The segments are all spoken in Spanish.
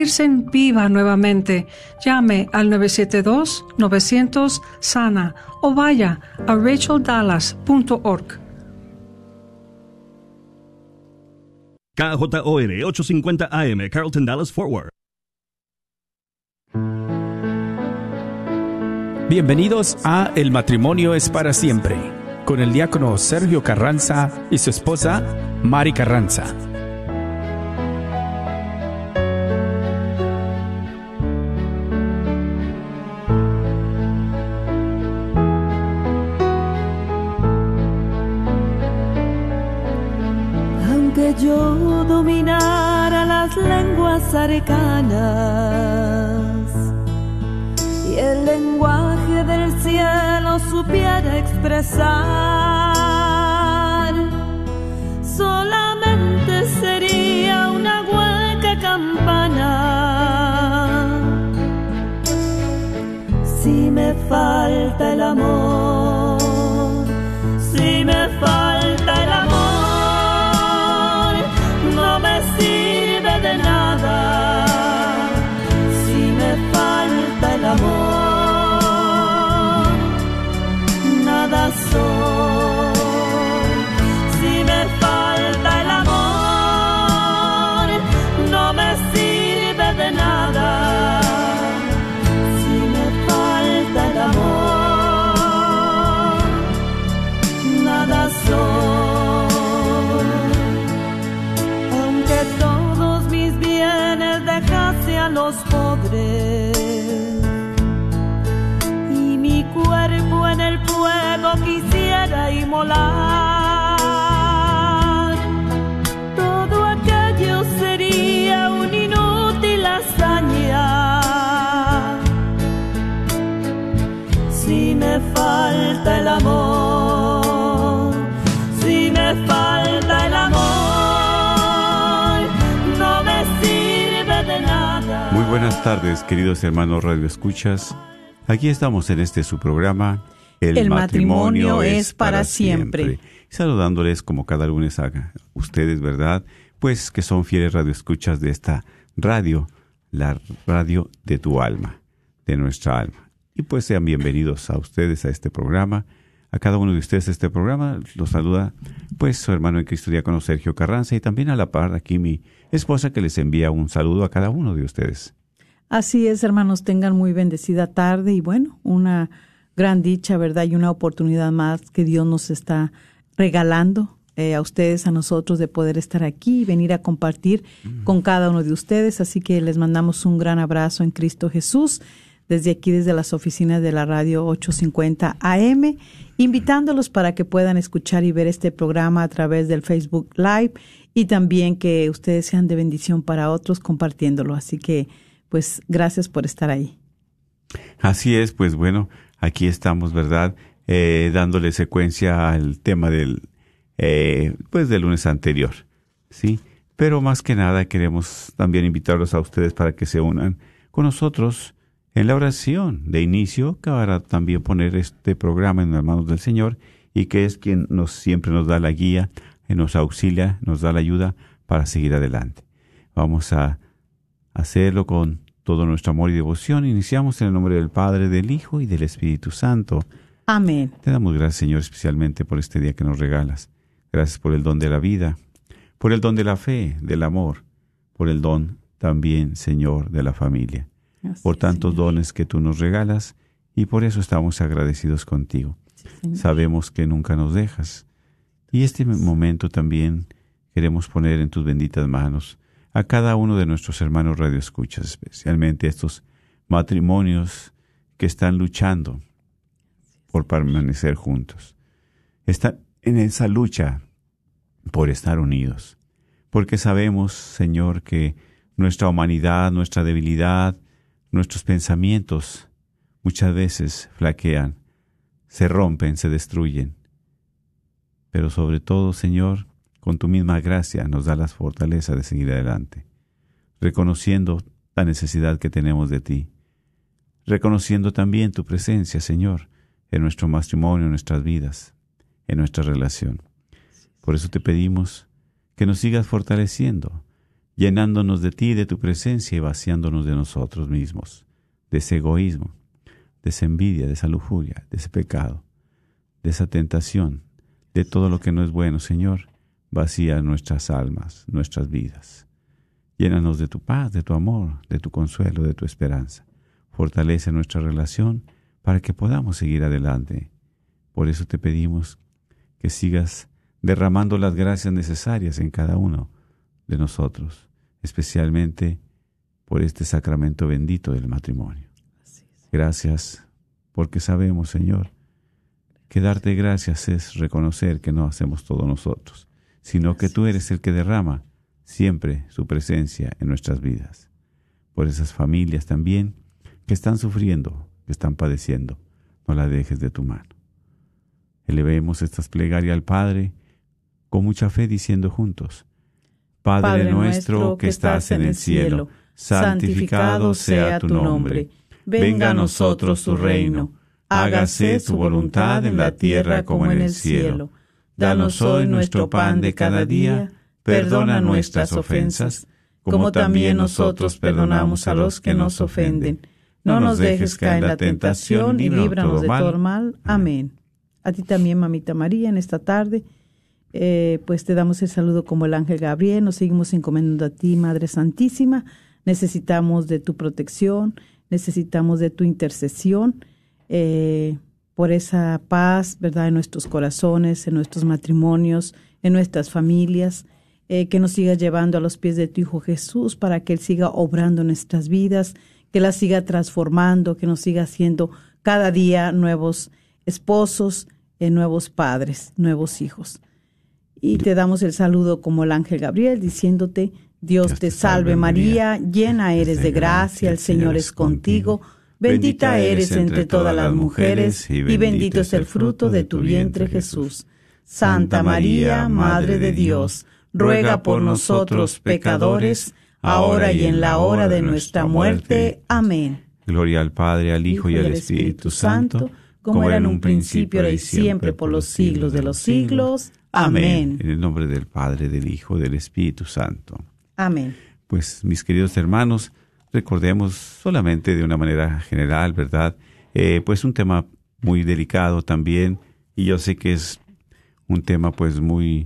viva nuevamente. Llame al 972-900-SANA o vaya a racheldallas.org. KJOR 850 AM, Carlton Dallas Forward. Bienvenidos a El matrimonio es para siempre, con el diácono Sergio Carranza y su esposa Mari Carranza. Aunque yo dominara las lenguas arcanas y el lenguaje del cielo supiera expresar, solamente sería una hueca campana. Si me falta el amor, si me falta el amor, no me sirve de nada. Si me falta el amor, nada soy. Si me falta el amor, no me sirve de nada. Si me falta el amor, nada soy. A los pobres y mi cuerpo en el fuego quisiera inmolar, todo aquello sería una inútil hazaña. Si me falta el amor, si me falta el amor, no me sirve de nada. Muy buenas tardes, queridos hermanos radioescuchas. Aquí estamos en su programa, El matrimonio es para siempre. Saludándoles como cada lunes a ustedes, ¿verdad? Pues que son fieles radioescuchas de esta radio, la radio de tu alma, de nuestra alma. Y pues sean bienvenidos a ustedes a este programa. A cada uno de ustedes este programa los saluda pues su hermano en Cristo diácono Sergio Carranza, y también a la par aquí mi esposa, que les envía un saludo a cada uno de ustedes. Así es, hermanos, tengan muy bendecida tarde y bueno, una gran dicha, ¿verdad? Y una oportunidad más que Dios nos está regalando a ustedes, a nosotros, de poder estar aquí y venir a compartir con cada uno de ustedes. Así que les mandamos un gran abrazo en Cristo Jesús desde aquí, desde las oficinas de la radio 850 AM, invitándolos para que puedan escuchar y ver este programa a través del Facebook Live, y también que ustedes sean de bendición para otros compartiéndolo. Así que, pues, gracias por estar ahí. Así es, pues bueno, aquí estamos, ¿verdad? Dándole secuencia al tema del lunes anterior, ¿sí? Pero más que nada queremos también invitarlos a ustedes para que se unan con nosotros en la oración de inicio, que para también poner este programa en las manos del Señor, y que es quien siempre nos da la guía, nos auxilia, nos da la ayuda para seguir adelante. Vamos a hacerlo con todo nuestro amor y devoción. Iniciamos en el nombre del Padre, del Hijo y del Espíritu Santo. Amén. Te damos gracias, Señor, especialmente por este día que nos regalas. Gracias por el don de la vida, por el don de la fe, del amor, por el don también, Señor, de la familia. Así por tantos Señor. dones que tú nos regalas, y por eso estamos agradecidos contigo. Sí, sabemos que nunca nos dejas. Y este momento también queremos poner en tus benditas manos a cada uno de nuestros hermanos radioescuchas, especialmente estos matrimonios que están luchando por permanecer juntos. Están en esa lucha por estar unidos, porque sabemos, Señor, que nuestra humanidad, nuestra debilidad, nuestros pensamientos muchas veces flaquean, se rompen, se destruyen. Pero sobre todo, Señor, con tu misma gracia nos da la fortaleza de seguir adelante, reconociendo la necesidad que tenemos de ti, reconociendo también tu presencia, Señor, en nuestro matrimonio, en nuestras vidas, en nuestra relación. Por eso te pedimos que nos sigas fortaleciendo, llenándonos de ti, de tu presencia y vaciándonos de nosotros mismos, de ese egoísmo, de esa envidia, de esa lujuria, de ese pecado, de esa tentación, de todo lo que no es bueno, Señor. Vacía nuestras almas, nuestras vidas. Llénanos de tu paz, de tu amor, de tu consuelo, de tu esperanza. Fortalece nuestra relación para que podamos seguir adelante. Por eso te pedimos que sigas derramando las gracias necesarias en cada uno de nosotros, especialmente por este sacramento bendito del matrimonio. Gracias, porque sabemos, Señor, que darte gracias es reconocer que no hacemos todo nosotros, sino que tú eres el que derrama siempre su presencia en nuestras vidas. Por esas familias también que están sufriendo, que están padeciendo, no la dejes de tu mano. Elevemos estas plegarias al Padre con mucha fe, diciendo juntos: Padre nuestro que estás en el cielo, santificado sea tu nombre. Venga a nosotros tu reino. Hágase tu voluntad en la tierra como en el cielo. Danos hoy nuestro pan de cada día. Perdona nuestras ofensas, como también nosotros perdonamos a los que nos ofenden. No nos dejes caer en la tentación y líbranos de todo mal. Amén. A ti también, Mamita María, en esta tarde, pues te damos el saludo como el ángel Gabriel. Nos seguimos encomendando a ti, Madre Santísima. Necesitamos de tu protección, necesitamos de tu intercesión, por esa paz, ¿verdad?, en nuestros corazones, en nuestros matrimonios, en nuestras familias, que nos siga llevando a los pies de tu Hijo Jesús para que Él siga obrando en nuestras vidas, que las siga transformando, que nos siga haciendo cada día nuevos esposos, nuevos padres, nuevos hijos. Y te damos el saludo como el ángel Gabriel, diciéndote: Dios te salve María, llena eres de gracia, el Señor es contigo. Bendita eres entre todas las mujeres, y bendito es el fruto de tu vientre, Jesús. Santa María, Madre de Dios, ruega por nosotros pecadores, ahora y en la hora de nuestra muerte. Amén. Gloria al Padre, al Hijo y al Espíritu Santo, como era en un principio, ahora y siempre, por los siglos de los siglos. Amén. En el nombre del Padre, del Hijo y del Espíritu Santo. Amén. Pues, mis queridos hermanos, recordemos solamente de una manera general, ¿verdad? Pues un tema muy delicado también, y yo sé que es un tema pues muy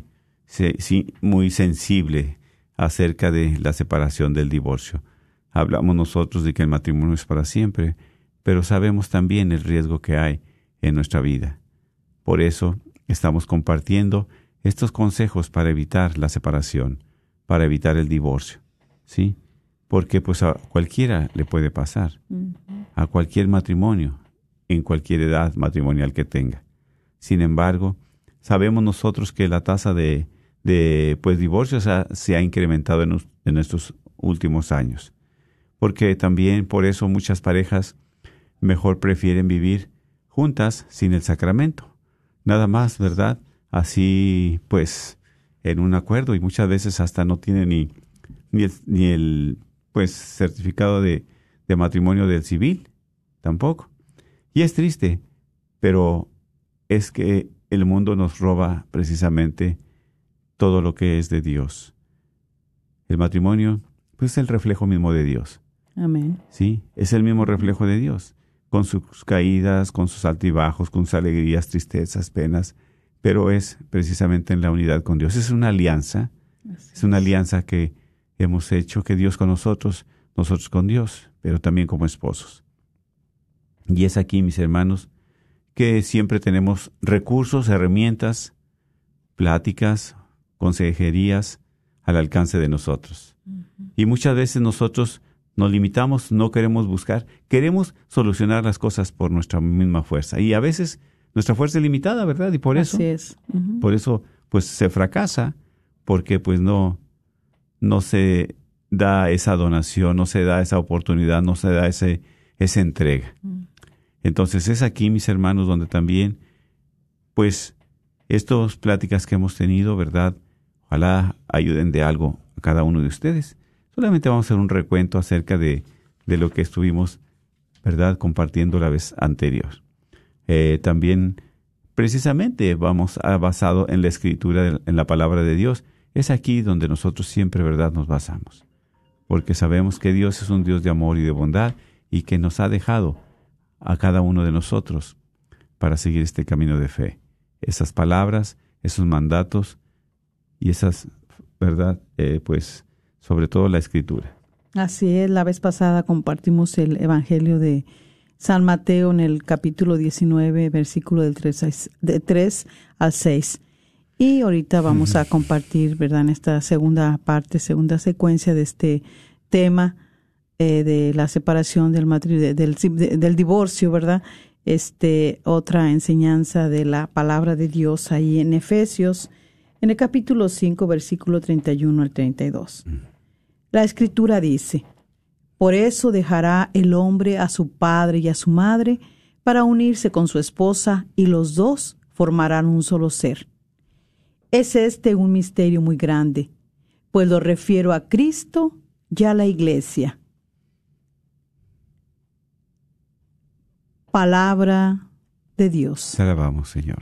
sensible acerca de la separación, del divorcio. Hablamos nosotros de que el matrimonio es para siempre, pero sabemos también el riesgo que hay en nuestra vida. Por eso estamos compartiendo estos consejos para evitar la separación, para evitar el divorcio, ¿sí? Porque pues a cualquiera le puede pasar, a cualquier matrimonio, en cualquier edad matrimonial que tenga. Sin embargo, sabemos nosotros que la tasa de divorcios se ha incrementado en estos últimos años. Porque también por eso muchas parejas mejor prefieren vivir juntas sin el sacramento. Nada más, ¿verdad? Así pues en un acuerdo, y muchas veces hasta no tienen ni el certificado de matrimonio del civil, tampoco. Y es triste, pero es que el mundo nos roba precisamente todo lo que es de Dios. El matrimonio, pues, es el reflejo mismo de Dios. Amén. Sí, es el mismo reflejo de Dios, con sus caídas, con sus altibajos, con sus alegrías, tristezas, penas, pero es precisamente en la unidad con Dios. Es una alianza, es una alianza que hemos hecho, que Dios con nosotros con Dios, pero también como esposos. Y es aquí, mis hermanos, que siempre tenemos recursos, herramientas, pláticas, consejerías al alcance de nosotros. Y muchas veces nosotros nos limitamos, no queremos buscar, queremos solucionar las cosas por nuestra misma fuerza. Y a veces nuestra fuerza es limitada, ¿verdad? Y por eso, así es. Por eso pues se fracasa, porque pues no se da esa donación, no se da esa oportunidad, no se da esa entrega. Entonces es aquí, mis hermanos, donde también, pues, estas pláticas que hemos tenido, ¿verdad? Ojalá ayuden de algo a cada uno de ustedes. Solamente vamos a hacer un recuento acerca de lo que estuvimos, ¿verdad?, compartiendo la vez anterior. También, precisamente, vamos basado en la Escritura, en la Palabra de Dios. Es aquí donde nosotros siempre, ¿verdad?, nos basamos. porque sabemos que Dios es un Dios de amor y de bondad y que nos ha dejado a cada uno de nosotros para seguir este camino de fe. Esas palabras, esos mandatos y esas, ¿verdad? Pues sobre todo la Escritura. Así es, la vez pasada compartimos el Evangelio de San Mateo en el capítulo 19, versículo del 3 al 6. Y ahorita vamos a compartir, ¿verdad?, en esta segunda parte, segunda secuencia de este tema de la separación del divorcio, ¿verdad? Otra enseñanza de la palabra de Dios ahí en Efesios, en el capítulo 5, versículo 31 al 32. La Escritura dice: por eso dejará el hombre a su padre y a su madre para unirse con su esposa, y los dos formarán un solo ser. Es un misterio muy grande, pues lo refiero a Cristo y a la Iglesia. Palabra de Dios. Te alabamos, Señor.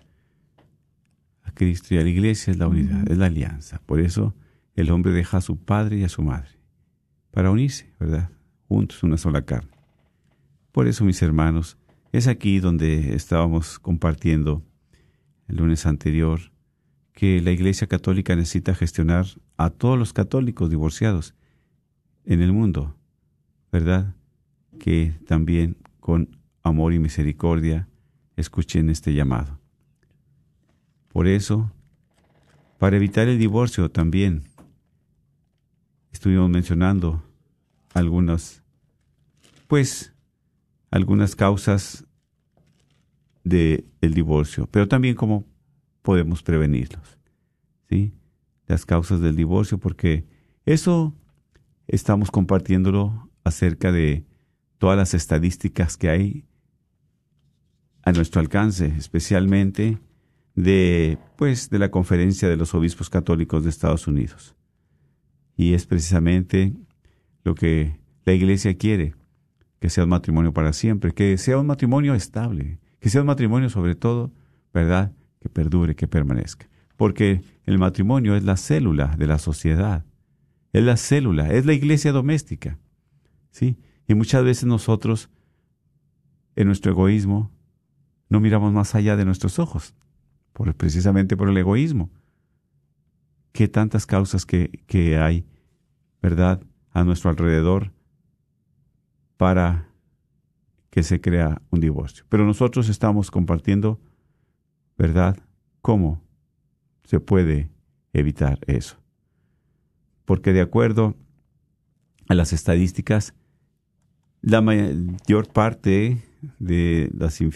A Cristo y a la Iglesia es la unidad, es la alianza. Por eso el hombre deja a su padre y a su madre para unirse, ¿verdad? Juntos, una sola carne. Por eso, mis hermanos, es aquí donde estábamos compartiendo el lunes anterior que la Iglesia Católica necesita gestionar a todos los católicos divorciados en el mundo, ¿verdad? Que también con amor y misericordia escuchen este llamado. Por eso, para evitar el divorcio también, estuvimos mencionando algunas causas del divorcio, pero también cómo podemos prevenirlos, ¿sí? Las causas del divorcio, porque eso estamos compartiéndolo acerca de todas las estadísticas que hay a nuestro alcance, especialmente de la Conferencia de los Obispos Católicos de Estados Unidos. Y es precisamente lo que la Iglesia quiere, que sea un matrimonio para siempre, que sea un matrimonio estable, que sea un matrimonio sobre todo, ¿verdad?, que perdure, que permanezca. Porque el matrimonio es la célula de la sociedad, es la célula, es la iglesia doméstica, ¿sí? Y muchas veces nosotros, en nuestro egoísmo, no miramos más allá de nuestros ojos, precisamente por el egoísmo. Qué tantas causas que hay, ¿verdad?, a nuestro alrededor para que se crea un divorcio. Pero nosotros estamos compartiendo, ¿verdad?, cómo se puede evitar eso. Porque de acuerdo a las estadísticas, la mayor parte de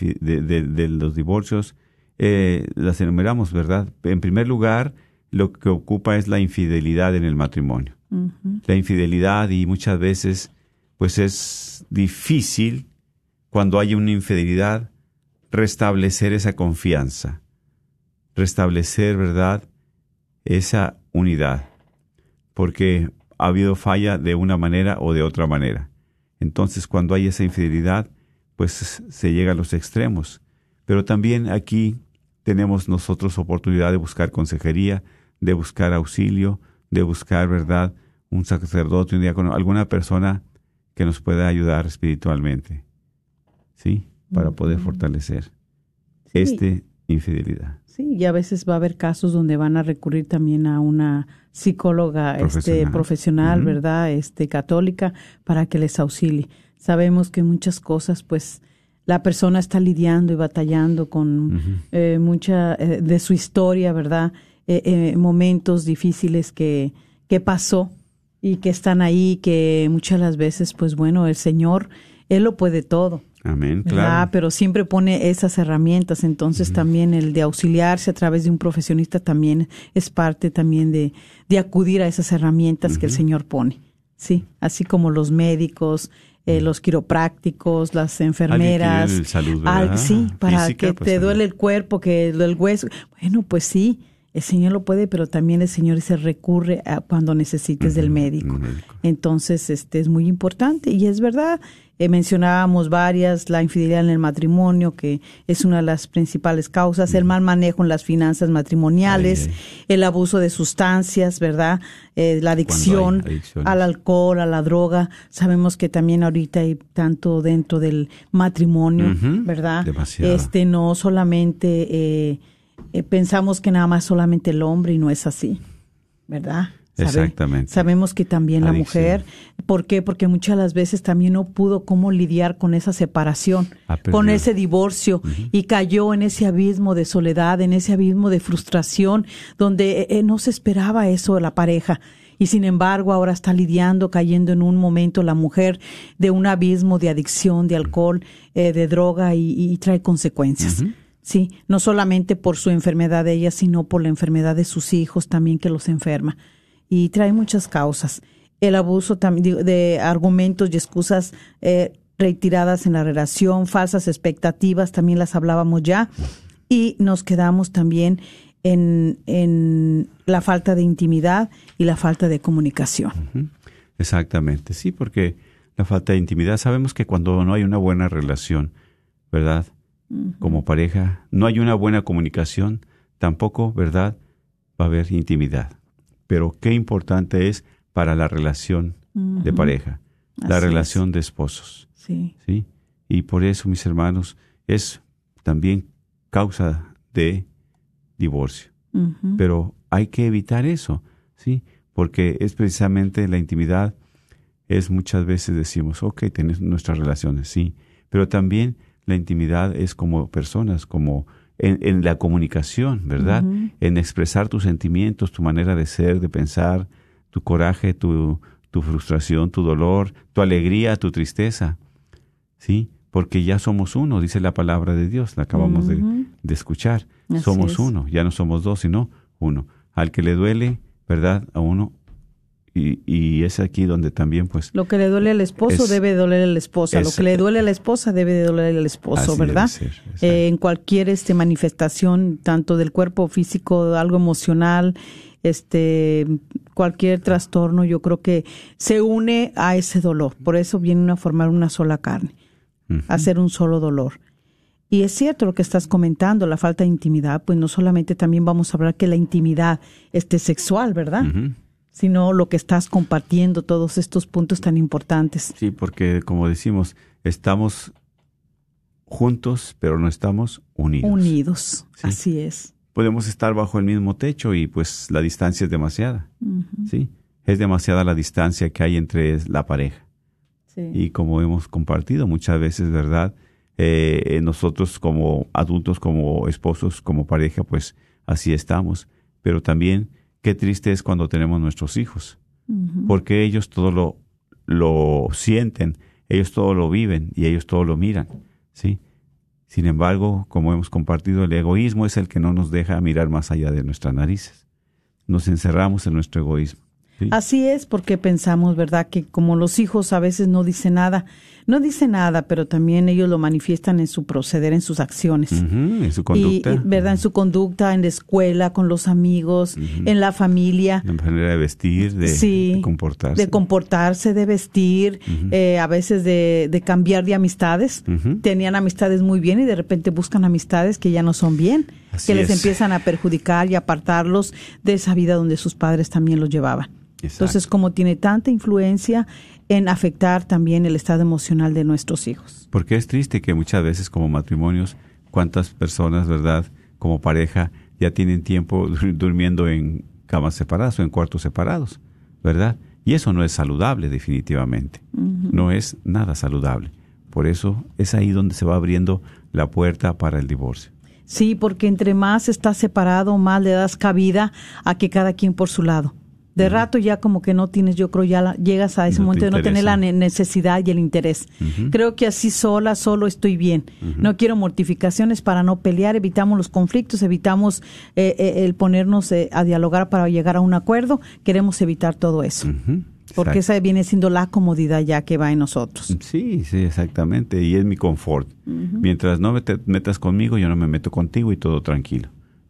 los divorcios las enumeramos, ¿verdad? En primer lugar, lo que ocupa es la infidelidad en el matrimonio. Uh-huh. La infidelidad, y muchas veces pues es difícil cuando hay una infidelidad restablecer esa confianza, restablecer, ¿verdad?, esa unidad, porque ha habido falla de una manera o de otra manera. Entonces, cuando hay esa infidelidad, pues se llega a los extremos. Pero también aquí tenemos nosotros oportunidad de buscar consejería, de buscar auxilio, de buscar, ¿verdad?, un sacerdote, un diácono, alguna persona que nos pueda ayudar espiritualmente, ¿sí?, para poder fortalecer infidelidad. Sí, y a veces va a haber casos donde van a recurrir también a una psicóloga profesional, uh-huh, ¿verdad?, católica, para que les auxilie. Sabemos que muchas cosas, pues, la persona está lidiando y batallando con uh-huh, mucha de su historia, ¿verdad?, momentos difíciles que pasó y que están ahí, que muchas las veces, pues bueno, el Señor, Él lo puede todo. Amén, claro. Pero siempre pone esas herramientas, entonces uh-huh, también el de auxiliarse a través de un profesionista también es parte también de acudir a esas herramientas uh-huh, que el Señor pone, ¿sí? Así como los médicos, los quiroprácticos, las enfermeras. Salud, ¿verdad? Sí, para física, que pues, te duele el cuerpo, que el hueso. Bueno, pues sí, El Señor lo puede, pero también el Señor se recurre a cuando necesites del médico. Entonces, es muy importante. Y es verdad, mencionábamos varias, la infidelidad en el matrimonio, que es una de las principales causas, el mal manejo en las finanzas matrimoniales, el abuso de sustancias, ¿verdad? La adicción al alcohol, a la droga. Sabemos que también ahorita hay tanto dentro del matrimonio, ¿verdad? Demasiado. No solamente... pensamos que nada más solamente el hombre y no es así, ¿verdad? Exactamente. Sabemos que también la mujer, ¿por qué? Porque muchas de las veces también no pudo cómo lidiar con esa separación, con ese divorcio y cayó en ese abismo de soledad, en ese abismo de frustración donde no se esperaba eso de la pareja. Y sin embargo, ahora está lidiando, cayendo en un momento la mujer de un abismo de adicción, de alcohol, de droga y trae consecuencias. Sí, no solamente por su enfermedad de ella, sino por la enfermedad de sus hijos también que los enferma. Y trae muchas causas. El abuso también de argumentos y excusas retiradas en la relación, falsas expectativas, también las hablábamos ya. Y nos quedamos también en la falta de intimidad y la falta de comunicación. Exactamente, sí, porque la falta de intimidad, sabemos que cuando no hay una buena relación, ¿verdad?, como pareja, no hay una buena comunicación, tampoco, ¿verdad?, va a haber intimidad. Pero qué importante es para la relación de pareja, la relación de esposos. Sí. Y por eso, mis hermanos, es también causa de divorcio. Pero hay que evitar eso, ¿sí? Porque es precisamente la intimidad, es muchas veces decimos, tenemos nuestras relaciones, sí, pero también la intimidad es como personas, como en la comunicación, ¿verdad? En expresar tus sentimientos, tu manera de ser, de pensar, tu coraje, tu frustración, tu dolor, tu alegría, tu tristeza, ¿sí? Porque ya somos uno, dice la palabra de Dios, la acabamos de escuchar. Así somos uno, ya no somos dos, sino uno. Al que le duele, ¿verdad?, a uno. Y es aquí donde también, pues... Lo que le duele al esposo debe doler a la esposa. Lo que le duele a la esposa debe de doler al esposo, ¿verdad? En cualquier manifestación, tanto del cuerpo físico, algo emocional, cualquier trastorno, yo creo que se une a ese dolor. Por eso vienen a formar una sola carne, a ser un solo dolor. Y es cierto lo que estás comentando, la falta de intimidad, pues no solamente también vamos a hablar que la intimidad sexual, ¿verdad? Sino lo que estás compartiendo, todos estos puntos tan importantes. Sí, porque como decimos, estamos juntos, pero no estamos unidos. ¿Sí? Así es. Podemos estar bajo el mismo techo y pues la distancia es demasiada. ¿Sí? Es demasiada la distancia que hay entre la pareja. Sí. Y como hemos compartido muchas veces, ¿verdad?, nosotros como adultos, como esposos, como pareja, pues así estamos. Pero también qué triste es cuando tenemos nuestros hijos, porque ellos todo lo sienten, ellos todo lo viven y ellos todo lo miran, ¿sí? Sin embargo, como hemos compartido, el egoísmo es el que no nos deja mirar más allá de nuestras narices. Nos encerramos en nuestro egoísmo. ¿Sí? Así es, porque pensamos, ¿verdad?, que como los hijos a veces no dicen nada, pero también ellos lo manifiestan en su proceder, en sus acciones. En su conducta. Y, ¿verdad?, en su conducta, en la escuela, con los amigos, en la familia. En la manera de vestir, de comportarse. De comportarse, de vestir, a veces de cambiar de amistades. Tenían amistades muy bien y de repente buscan amistades que ya no son bien, que les empiezan a perjudicar y apartarlos de esa vida donde sus padres también los llevaban. Exacto. Entonces, como tiene tanta influencia en afectar también el estado emocional de nuestros hijos. Porque es triste que muchas veces como matrimonios, cuántas personas, ¿verdad?, como pareja ya tienen tiempo durmiendo en camas separadas o en cuartos separados, ¿verdad? Y eso no es saludable definitivamente. No es nada saludable. Por eso es ahí donde se va abriendo la puerta para el divorcio. Sí, porque entre más estás separado, más le das cabida a que cada quien por su lado. De rato ya como que no tienes, yo creo ya llegas a ese momento de no tener la necesidad y el interés. Creo que así solo estoy bien. No quiero mortificaciones para no pelear, evitamos los conflictos, evitamos el ponernos a dialogar para llegar a un acuerdo. Queremos evitar todo eso. Porque esa viene siendo la comodidad ya que va en nosotros. Sí, exactamente. Y es mi confort. Mientras no te metas conmigo, yo no me meto contigo y todo tranquilo. ¿Sí?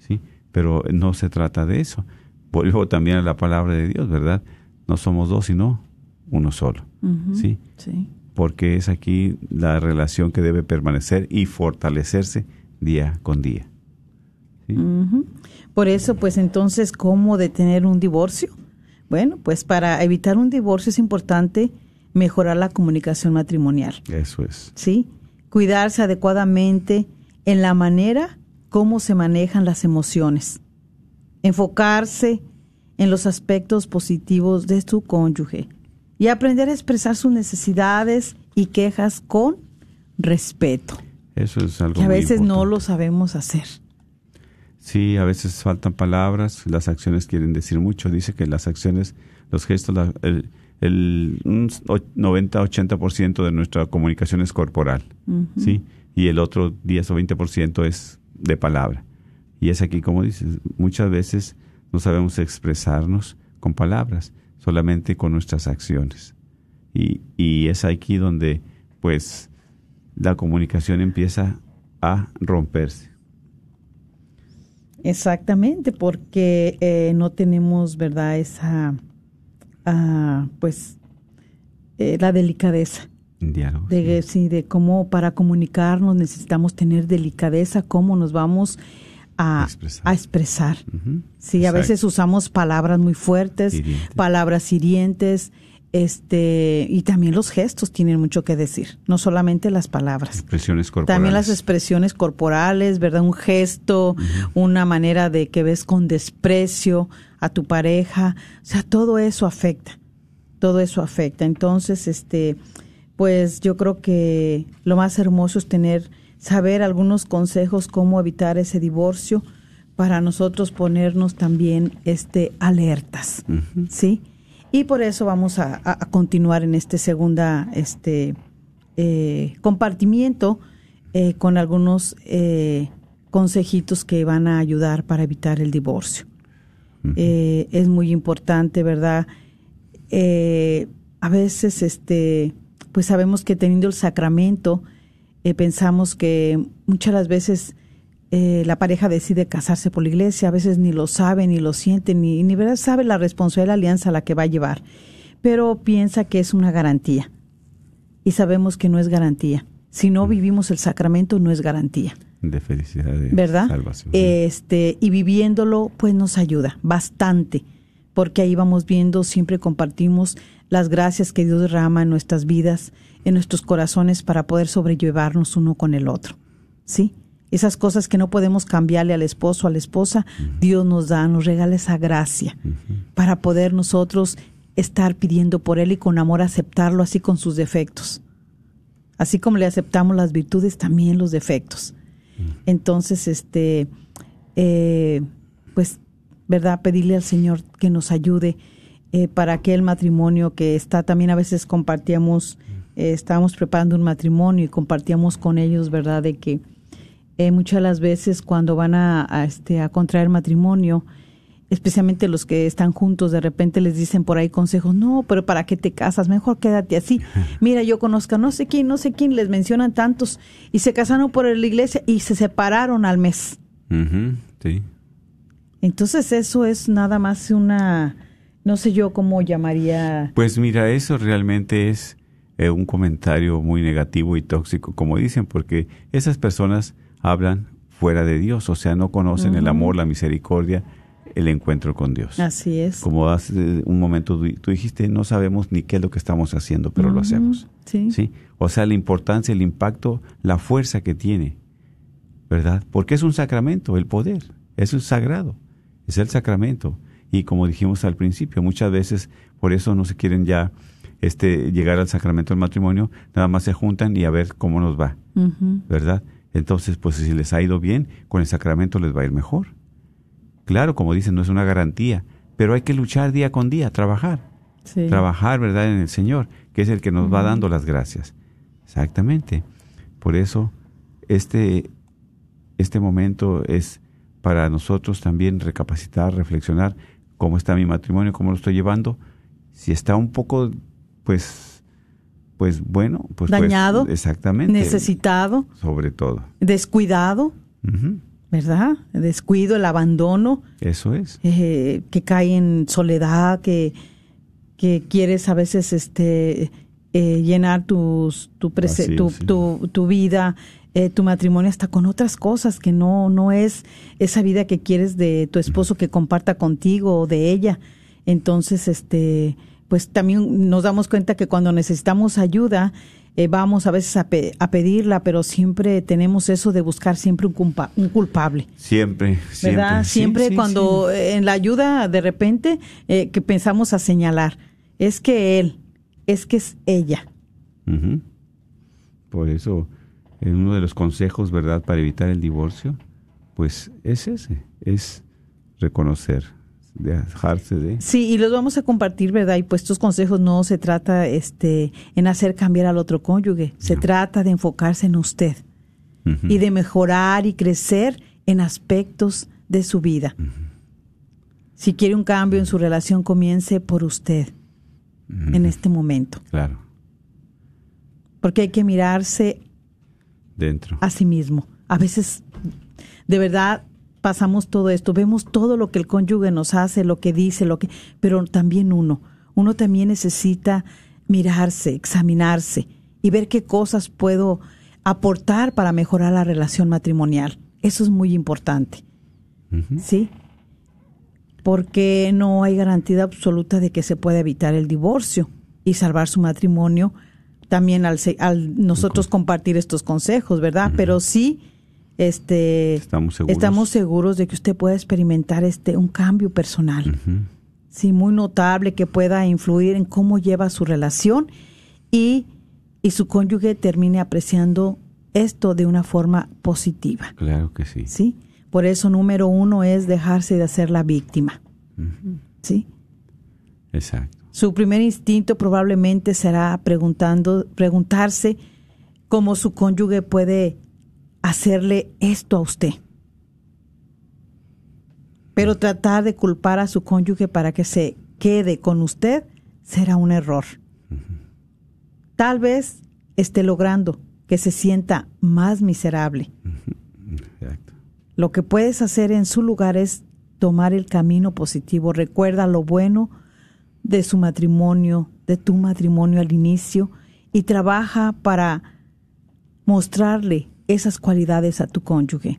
pero no se trata de eso. Vuelvo también a la palabra de Dios, ¿verdad? No somos dos, sino uno solo. ¿Sí? Sí. Porque es aquí la relación que debe permanecer y fortalecerse día con día. ¿Sí? Por eso, pues entonces, ¿cómo detener un divorcio? Bueno, pues para evitar un divorcio es importante mejorar la comunicación matrimonial. Eso es. ¿Sí? Cuidarse adecuadamente en la manera como se manejan las emociones. Enfocarse en los aspectos positivos de su cónyuge y aprender a expresar sus necesidades y quejas con respeto. Eso es algo que a muy veces no importante. lo sabemos hacer. Sí, a veces faltan palabras, las acciones quieren decir mucho. Dice que las acciones, los gestos, el 90-80% de nuestra comunicación es corporal, ¿sí? Y el otro 10 o 20% es de palabra. Y es aquí, como dices, muchas veces no sabemos expresarnos con palabras, solamente con nuestras acciones. Y es aquí donde, pues, la comunicación empieza a romperse. Exactamente, porque no tenemos, ¿verdad?, esa, la delicadeza. Diálogo. De cómo para comunicarnos necesitamos tener delicadeza, cómo nos vamos a expresar. Sí, a veces usamos palabras muy fuertes, palabras hirientes, y también los gestos tienen mucho que decir, no solamente las palabras. Expresiones corporales. También las expresiones corporales, ¿verdad? Un gesto, una manera de que ves con desprecio a tu pareja, o sea, todo eso afecta. Entonces, pues yo creo que lo más hermoso es saber algunos consejos cómo evitar ese divorcio para nosotros ponernos también alertas, ¿sí? Y por eso vamos a continuar en segunda compartimiento con algunos consejitos que van a ayudar para evitar el divorcio. Es muy importante, ¿verdad? A veces, pues sabemos que teniendo el sacramento, pensamos que muchas las veces la pareja decide casarse por la iglesia, a veces ni lo sabe, ni lo siente, ni verdad sabe la responsabilidad de la alianza a la que va a llevar, pero piensa que es una garantía. Y sabemos que no es garantía. Si no vivimos el sacramento, no es garantía. De felicidad, de ¿verdad? salvación. Y viviéndolo, pues nos ayuda bastante, porque ahí vamos viendo, siempre compartimos las gracias que Dios derrama en nuestras vidas, en nuestros corazones, para poder sobrellevarnos uno con el otro, ¿sí? Esas cosas que no podemos cambiarle al esposo o a la esposa, Dios nos regala esa gracia para poder nosotros estar pidiendo por él y con amor aceptarlo, así con sus defectos. Así como le aceptamos las virtudes, también los defectos. Entonces, pues, ¿verdad? Pedirle al Señor que nos ayude para aquel matrimonio que está también. A veces compartíamos, estábamos preparando un matrimonio y compartíamos con ellos, ¿verdad? De que muchas de las veces cuando van a contraer matrimonio, especialmente los que están juntos, de repente les dicen por ahí consejos, no, pero ¿para qué te casas? Mejor quédate así. Mira, yo conozco a no sé quién, les mencionan tantos, y se casaron por la iglesia y se separaron al mes. Sí. Entonces eso es nada más no sé yo cómo llamaría. Pues mira, eso realmente es un comentario muy negativo y tóxico, como dicen, porque esas personas hablan fuera de Dios, o sea, no conocen el amor, la misericordia, el encuentro con Dios. Así es. Como hace un momento tú dijiste, no sabemos ni qué es lo que estamos haciendo, pero lo hacemos. Sí. O sea, la importancia, el impacto, la fuerza que tiene, ¿verdad? Porque es un sacramento, el poder, eso es sagrado, es el sacramento. Y como dijimos al principio, muchas veces por eso no se quieren ya llegar al sacramento del matrimonio, nada más se juntan y a ver cómo nos va, ¿verdad? Entonces, pues si les ha ido bien, con el sacramento les va a ir mejor. Claro, como dicen, no es una garantía, pero hay que luchar día con día, trabajar. Sí. Trabajar, ¿verdad?, en el Señor, que es el que nos va dando las gracias. Exactamente. Por eso, este momento es para nosotros también recapacitar, reflexionar cómo está mi matrimonio, cómo lo estoy llevando. Si está un poco, pues bueno, pues dañado, exactamente, necesitado, sobre todo, descuidado, ¿verdad? El descuido, el abandono. Eso es. Que cae en soledad, que quieres a veces llenar tu vida, tu matrimonio hasta con otras cosas que no es esa vida que quieres de tu esposo que comparta contigo o de ella. Entonces, pues también nos damos cuenta que cuando necesitamos ayuda, vamos a veces a pedirla, pero siempre tenemos eso de buscar siempre un culpable. Siempre. ¿Verdad? Siempre cuando en la ayuda de repente que pensamos a señalar, es que él, es que es ella. Uh-huh. Por eso, en uno de los consejos, ¿verdad?, para evitar el divorcio, pues es ese, es reconocer, dejarse de... Sí, y los vamos a compartir, ¿verdad? Y pues estos consejos no se trata en hacer cambiar al otro cónyuge, se trata de enfocarse en usted y de mejorar y crecer en aspectos de su vida. Si quiere un cambio en su relación, comience por usted en este momento. Claro. Porque hay que mirarse dentro a sí mismo. A veces, de verdad, pasamos todo esto, vemos todo lo que el cónyuge nos hace, lo que dice, pero también uno también necesita mirarse, examinarse y ver qué cosas puedo aportar para mejorar la relación matrimonial. Eso es muy importante. ¿Sí? Porque no hay garantía absoluta de que se pueda evitar el divorcio y salvar su matrimonio también al nosotros compartir estos consejos, ¿verdad? Pero sí estamos seguros de que usted pueda experimentar un cambio personal. Sí, muy notable, que pueda influir en cómo lleva su relación y su cónyuge termine apreciando esto de una forma positiva. Claro que sí. ¿Sí? Por eso, número 1 es dejarse de hacer la víctima. ¿Sí? Exacto. Su primer instinto probablemente será preguntarse cómo su cónyuge puede hacerle esto a usted. Pero tratar de culpar a su cónyuge para que se quede con usted será un error. Tal vez esté logrando que se sienta más miserable. Exacto. Lo que puedes hacer en su lugar es tomar el camino positivo. Recuerda lo bueno de su matrimonio, de tu matrimonio al inicio, y trabaja para mostrarle esas cualidades a tu cónyuge.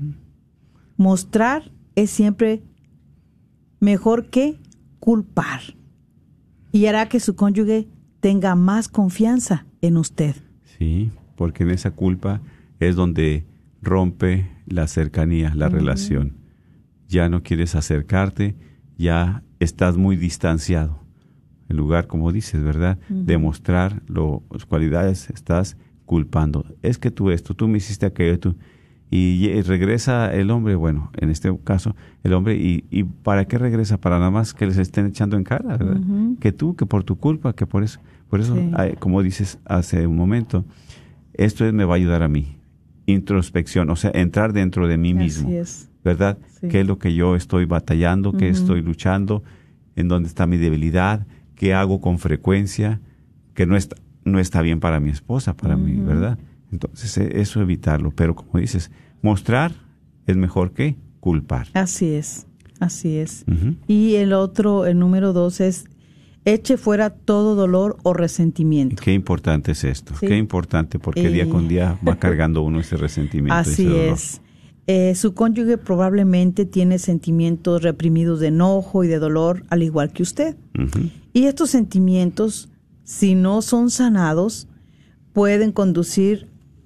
Mostrar es siempre mejor que culpar, y hará que su cónyuge tenga más confianza en usted. Sí, porque en esa culpa es donde rompe la cercanía, la relación. Ya no quieres acercarte, ya estás muy distanciado. En lugar, como dices, ¿verdad?, de mostrar las cualidades, estás culpando. Es que tú esto, tú me hiciste aquello, tú. Y regresa el hombre, bueno, en este caso, el hombre, y ¿para qué regresa? Para nada más que les estén echando en cara, ¿verdad? Que tú, que por tu culpa, que por eso. Por eso, sí, como dices hace un momento, esto me va a ayudar a mí. Introspección, o sea, entrar dentro de mí mismo. Así es. ¿Verdad? Sí. ¿Qué es lo que yo estoy batallando? ¿Qué estoy luchando? ¿En dónde está mi debilidad? ¿Qué hago con frecuencia? Que no está bien para mi esposa, para mí, ¿verdad? Entonces, eso evitarlo. Pero como dices, mostrar es mejor que culpar. Así es, así es. Y el número 2 es: eche fuera todo dolor o resentimiento. Qué importante es esto. Sí. Qué importante, porque día con día va cargando uno ese resentimiento. Así ese dolor. Es. Su cónyuge probablemente tiene sentimientos reprimidos de enojo y de dolor, al igual que usted. Y estos sentimientos, si no son sanados, pueden conducir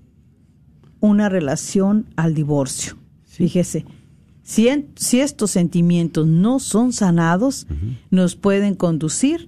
una relación al divorcio. Sí. Fíjese, si estos sentimientos no son sanados, nos pueden conducir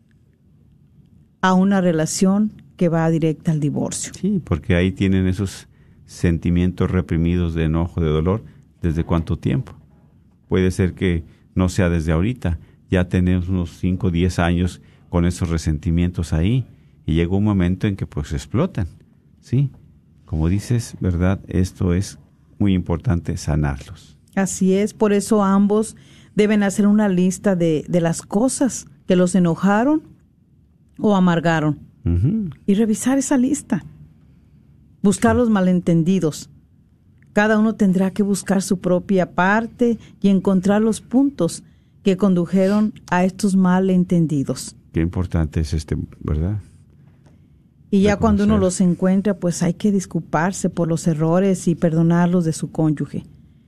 a una relación que va directa al divorcio. Sí, porque ahí tienen esos sentimientos reprimidos de enojo, de dolor, ¿desde cuánto tiempo? Puede ser que no sea desde ahorita, ya tenemos unos 5 o 10 años con esos resentimientos ahí, y llega un momento en que pues explotan, ¿sí? Como dices, ¿verdad? Esto es muy importante, sanarlos. Así es, por eso ambos deben hacer una lista de las cosas que los enojaron o amargaron, y revisar esa lista. Buscar los malentendidos, Cada uno tendrá que buscar su propia parte y encontrar los puntos que condujeron a estos malentendidos. Qué importante es ¿verdad? Y ya cuando uno los encuentra, pues hay que disculparse por los errores y perdonarlos de su cónyuge.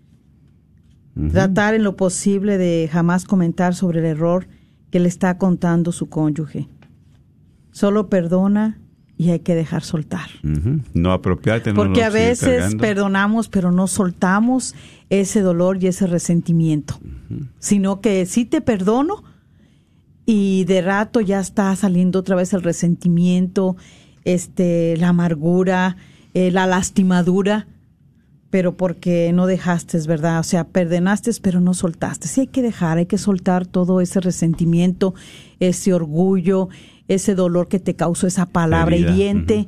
Tratar en lo posible de jamás comentar sobre el error que le está contando su cónyuge. Solo perdona y hay que dejar soltar. No apropiarte. Porque a veces perdonamos, pero no soltamos ese dolor y ese resentimiento. Sino que sí te perdono y de rato ya está saliendo otra vez el resentimiento, la amargura, la lastimadura, pero porque no dejaste, ¿verdad? O sea, perdonaste, pero no soltaste. Sí hay que dejar, hay que soltar todo ese resentimiento, ese orgullo, ese dolor que te causó esa palabra hiriente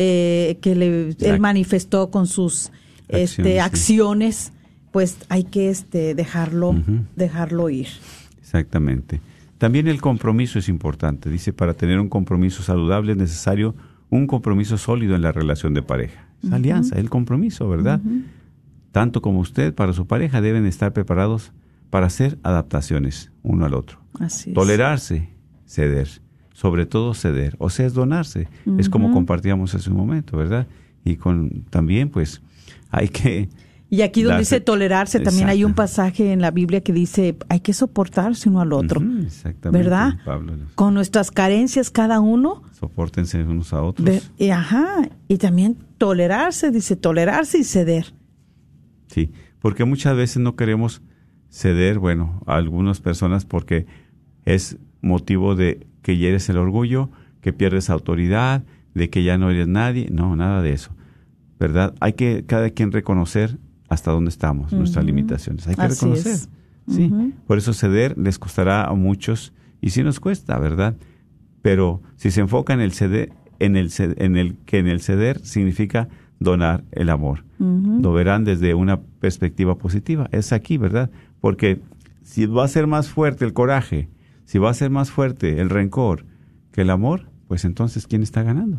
que él manifestó con sus acciones. Pues hay que dejarlo ir. Exactamente. También el compromiso es importante. Dice, para tener un compromiso saludable es necesario un compromiso sólido en la relación de pareja. Es alianza, el compromiso, ¿verdad? Tanto como usted para su pareja deben estar preparados para hacer adaptaciones uno al otro. Así es. Tolerarse, ceder, sobre todo ceder, o sea, es donarse. Es como compartíamos hace un momento, ¿verdad? Y también, pues, hay que... Y aquí donde dice tolerarse, también hay un pasaje en la Biblia que dice, hay que soportarse uno al otro. Exactamente. ¿Verdad? Pablo. Con nuestras carencias cada uno. Sopórtense unos a otros. Y también tolerarse, dice tolerarse y ceder. Sí, porque muchas veces no queremos ceder, a algunas personas porque es motivo de que hieres el orgullo, que pierdes autoridad, de que ya no eres nadie. No, nada de eso, ¿verdad? Hay que cada quien reconocer hasta dónde estamos, nuestras limitaciones. Hay que reconocer. Sí, por eso ceder les costará a muchos y sí nos cuesta, ¿verdad? Pero si se enfoca en el ceder, en el ceder significa donar el amor. Lo verán desde una perspectiva positiva. Es aquí, ¿verdad? Porque si va a ser más fuerte el coraje, si va a ser más fuerte el rencor que el amor, pues entonces ¿quién está ganando?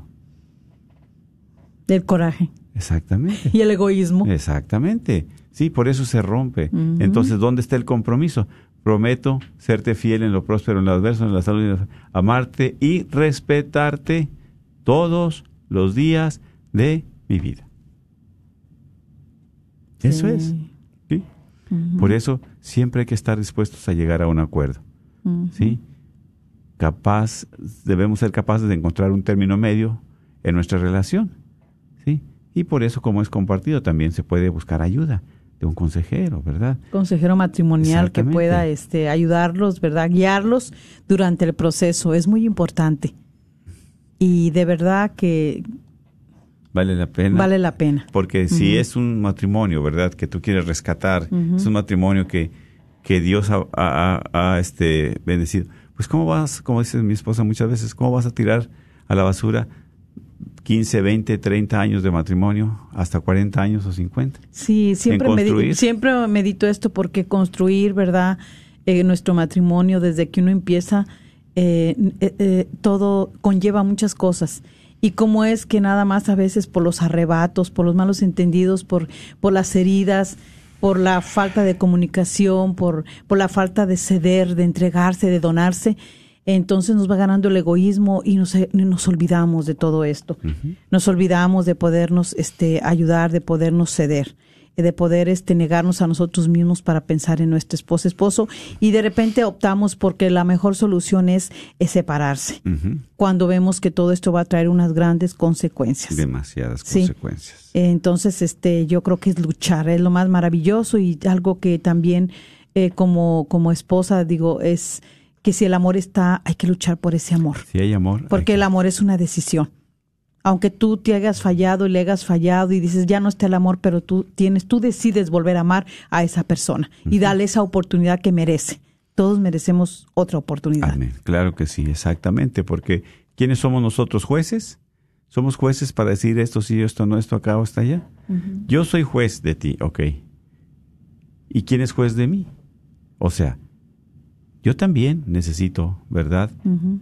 El coraje. Exactamente. Y el egoísmo. Exactamente. Sí, por eso se rompe. Entonces, ¿dónde está el compromiso? Prometo serte fiel en lo próspero, en lo adverso, en la salud, amarte y respetarte todos los días de mi vida. Eso es. ¿Sí? Por eso siempre hay que estar dispuestos a llegar a un acuerdo. ¿Sí? Debemos ser capaces de encontrar un término medio en nuestra relación. ¿Sí? Y por eso, como es compartido, también se puede buscar ayuda de un consejero, ¿verdad? Consejero matrimonial que pueda ayudarlos, ¿verdad? Guiarlos durante el proceso. Es muy importante. Y de verdad que vale la pena. Vale la pena. Porque si es un matrimonio, ¿verdad?, que tú quieres rescatar, es un matrimonio que Dios ha bendecido. Pues ¿cómo vas, como dice mi esposa muchas veces, cómo vas a tirar a la basura 15, 20, 30 años de matrimonio, hasta 40 años o 50? Sí, siempre medito esto porque construir, ¿verdad?, nuestro matrimonio desde que uno empieza, todo conlleva muchas cosas. Y cómo es que nada más a veces por los arrebatos, por los malos entendidos, por las heridas, por la falta de comunicación, por la falta de ceder, de entregarse, de donarse, entonces nos va ganando el egoísmo y nos olvidamos de todo esto. Nos olvidamos de podernos ayudar, de podernos ceder, de poder negarnos a nosotros mismos para pensar en nuestro esposo, y de repente optamos porque la mejor solución es separarse, cuando vemos que todo esto va a traer unas grandes consecuencias. Demasiadas consecuencias. Entonces, yo creo que es luchar, es lo más maravilloso, y algo que también como esposa digo es que si el amor está, hay que luchar por ese amor. Si hay amor. Porque el amor es una decisión. Aunque tú te hayas fallado y le hayas fallado y dices, ya no está el amor, pero tú decides volver a amar a esa persona y darle esa oportunidad que merece. Todos merecemos otra oportunidad. Amén. Claro que sí, exactamente, porque ¿quiénes somos nosotros? ¿Jueces? ¿Somos jueces para decir esto sí, esto no, esto acá o hasta allá? Yo soy juez de ti, ok. ¿Y quién es juez de mí? O sea, yo también necesito, ¿verdad?,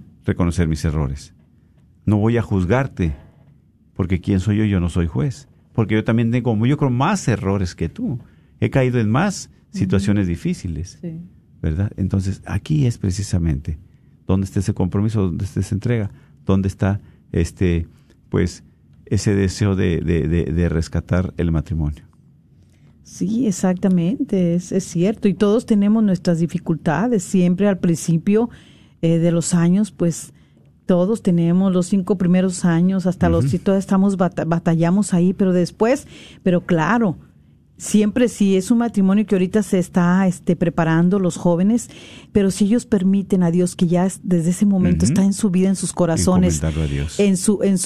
reconocer mis errores. No voy a juzgarte, porque ¿quién soy yo? Yo no soy juez. porque yo también tengo, yo creo, más errores que tú. He caído en más situaciones difíciles, Sí. ¿verdad? Entonces, aquí es precisamente donde está ese compromiso, donde está esa entrega, donde está pues ese deseo de rescatar el matrimonio. Sí, exactamente, es cierto. Y todos tenemos nuestras dificultades. Siempre al principio de los años, pues todos tenemos los 5 primeros años, hasta los todos estamos batallamos ahí, pero después, pero claro, siempre sí es un matrimonio que ahorita se está preparando los jóvenes, pero si ellos permiten a Dios que ya desde ese momento está en su vida, en sus corazones, Encomendarlo a Dios. en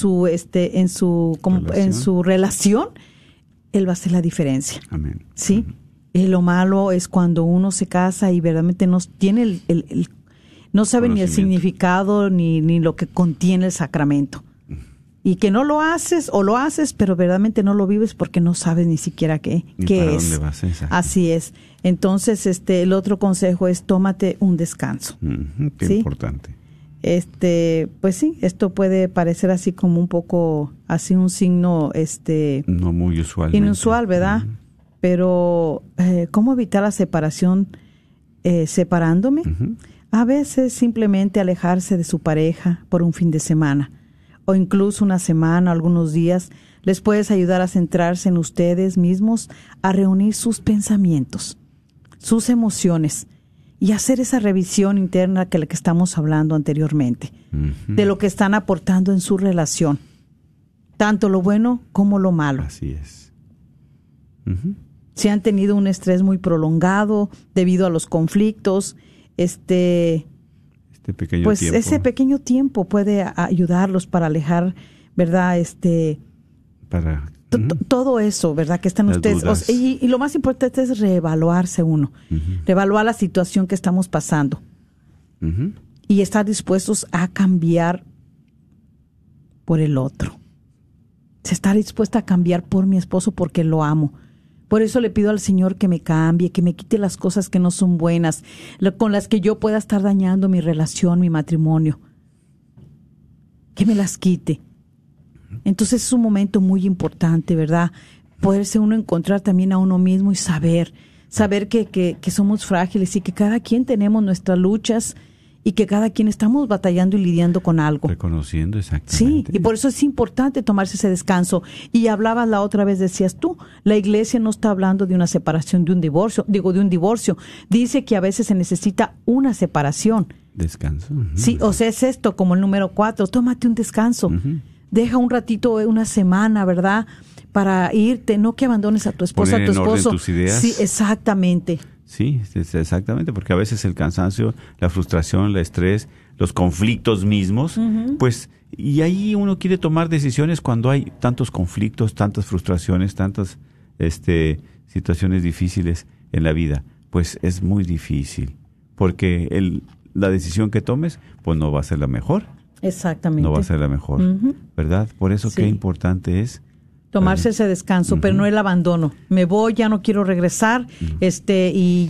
su relación, Él va a hacer la diferencia. Amén. Sí. Lo malo es cuando uno se casa y verdaderamente no tiene no sabe ni el significado ni lo que contiene el sacramento. Y que no lo haces o lo haces, pero verdaderamente no lo vives porque no sabes ni siquiera qué es. ¿Dónde vas? Exacto. Así es. Entonces, el otro consejo es tómate un descanso. Qué ¿sí? importante. Pues sí, esto puede parecer así como un poco, así un signo, no muy usual. inusual, ¿verdad? Pero, ¿cómo evitar la separación separándome? A veces simplemente alejarse de su pareja por un fin de semana o incluso una semana, algunos días, les puedes ayudar a centrarse en ustedes mismos, a reunir sus pensamientos, sus emociones y hacer esa revisión interna que la que estamos hablando anteriormente, de lo que están aportando en su relación, tanto lo bueno como lo malo. Así es. Si han tenido un estrés muy prolongado debido a los conflictos, pequeño pues tiempo. Ese pequeño tiempo puede ayudarlos para alejar, ¿verdad? Para todo eso, ¿verdad? Que están las ustedes. dudas. Y lo más importante es reevaluarse uno, reevaluar la situación que estamos pasando y estar dispuestos a cambiar por el otro. Estar dispuesta a cambiar por mi esposo porque lo amo. Por eso le pido al Señor que me cambie, que me quite las cosas que no son buenas, con las que yo pueda estar dañando mi relación, mi matrimonio. Que me las quite. Entonces es un momento muy importante, ¿verdad? Poderse uno encontrar también a uno mismo y saber que somos frágiles y que cada quien tenemos nuestras luchas y que cada quien estamos batallando y lidiando con algo. Reconociendo exactamente. Sí, y por eso es importante tomarse ese descanso. Y hablabas la otra vez, decías tú, la iglesia no está hablando de una separación, de un divorcio. Dice que a veces se necesita una separación. Descanso. Sí, o sea, es esto, como el número 4, tómate un descanso. Deja un ratito, una semana, ¿verdad? Para irte, no que abandones a tu esposa, a tu esposo. Poner en orden tus ideas. Sí, exactamente. Sí, exactamente, porque a veces el cansancio, la frustración, el estrés, los conflictos mismos, pues, y ahí uno quiere tomar decisiones cuando hay tantos conflictos, tantas frustraciones, tantas situaciones difíciles en la vida, pues es muy difícil, porque la decisión que tomes, pues no va a ser la mejor. Exactamente. No va a ser la mejor, ¿verdad? Por eso qué importante es tomarse ese descanso, pero no el abandono. Me voy, ya no quiero regresar, y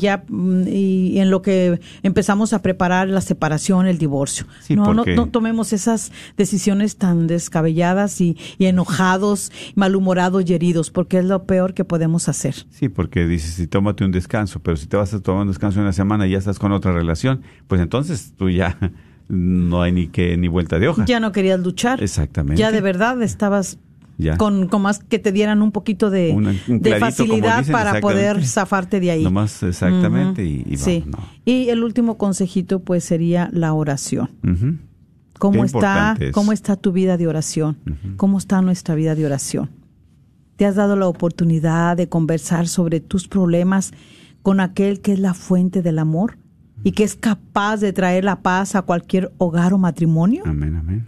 en lo que empezamos a preparar la separación, el divorcio. Sí, no tomemos esas decisiones tan descabelladas y enojados, malhumorados y heridos, porque es lo peor que podemos hacer. Sí, porque dices, si tómate un descanso, pero si te vas a tomar un descanso una semana y ya estás con otra relación, pues entonces tú ya no hay ni vuelta de hoja. Ya no querías luchar. Exactamente. Ya de verdad estabas ya. Con más que te dieran un poquito de clarito, facilidad dicen, para poder zafarte de ahí. Nomás exactamente y vamos. Sí. No. Y el último consejito pues sería la oración. ¿Cómo está tu vida de oración? ¿Cómo está nuestra vida de oración? ¿Te has dado la oportunidad de conversar sobre tus problemas con aquel que es la fuente del amor y que es capaz de traer la paz a cualquier hogar o matrimonio? Amén, amén.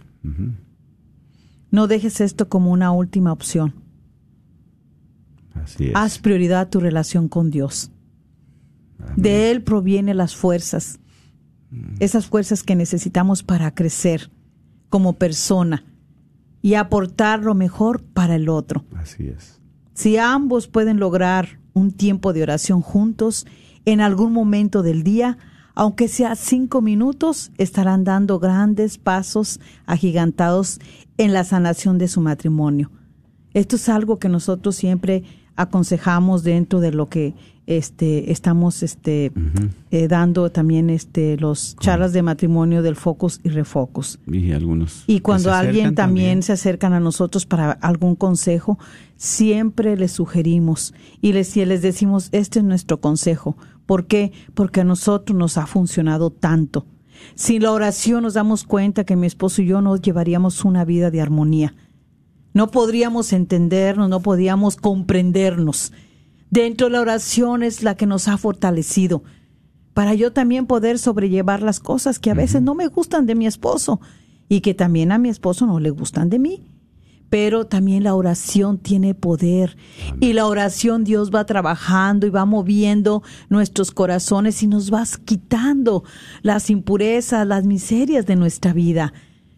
No dejes esto como una última opción. Así es. Haz prioridad tu relación con Dios. Amén. De Él provienen las fuerzas. Esas fuerzas que necesitamos para crecer como persona y aportar lo mejor para el otro. Así es. Si ambos pueden lograr un tiempo de oración juntos en algún momento del día, aunque sea 5 minutos, estarán dando grandes pasos agigantados en la sanación de su matrimonio. Esto es algo que nosotros siempre aconsejamos dentro de lo que estamos dando también los charlas de matrimonio del Focus y Refocus. Y algunos. Y cuando alguien también se acercan a nosotros para algún consejo, siempre les sugerimos y les decimos, este es nuestro consejo. ¿Por qué? Porque a nosotros nos ha funcionado tanto. Sin la oración nos damos cuenta que mi esposo y yo no llevaríamos una vida de armonía. No podríamos entendernos, no podríamos comprendernos. Dentro de la oración es la que nos ha fortalecido para yo también poder sobrellevar las cosas que a veces no me gustan de mi esposo y que también a mi esposo no le gustan de mí. Pero también la oración tiene poder. Y la oración Dios va trabajando y va moviendo nuestros corazones y nos va quitando las impurezas, las miserias de nuestra vida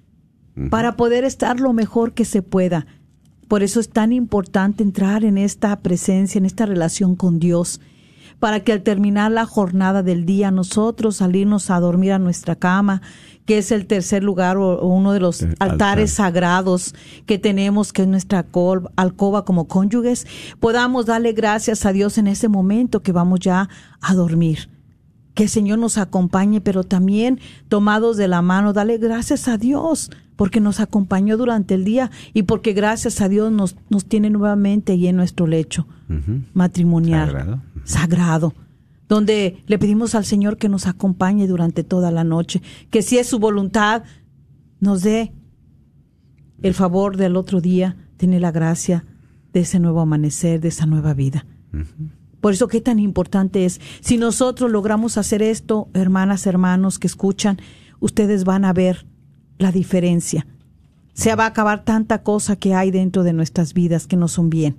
para poder estar lo mejor que se pueda. Por eso es tan importante entrar en esta presencia, en esta relación con Dios, para que al terminar la jornada del día nosotros salirnos a dormir a nuestra cama, que es el tercer lugar o uno de los altares sagrados que tenemos, que es nuestra alcoba como cónyuges, podamos darle gracias a Dios en ese momento que vamos ya a dormir. Que el Señor nos acompañe, pero también tomados de la mano, dale gracias a Dios porque nos acompañó durante el día y porque gracias a Dios nos tiene nuevamente ahí en nuestro lecho matrimonial sagrado, donde le pedimos al Señor que nos acompañe durante toda la noche, que si es su voluntad nos dé el favor del otro día, tiene la gracia de ese nuevo amanecer, de esa nueva vida. Por eso qué tan importante es. Si nosotros logramos hacer esto, hermanas, hermanos que escuchan, ustedes van a ver la diferencia. Se va a acabar tanta cosa que hay dentro de nuestras vidas que no son bien.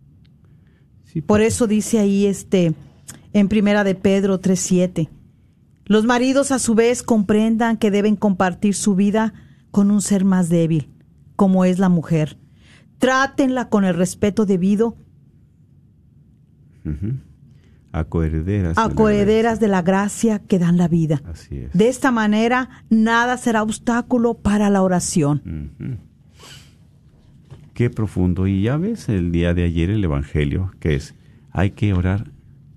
Sí, por eso dice ahí en Primera de Pedro 3:7, los maridos a su vez comprendan que deben compartir su vida con un ser más débil, como es la mujer. Trátenla con el respeto debido, acoherederas de la gracia que dan la vida. Así es. De esta manera, nada será obstáculo para la oración. Qué profundo. Y ya ves el día de ayer el Evangelio, que es, hay que orar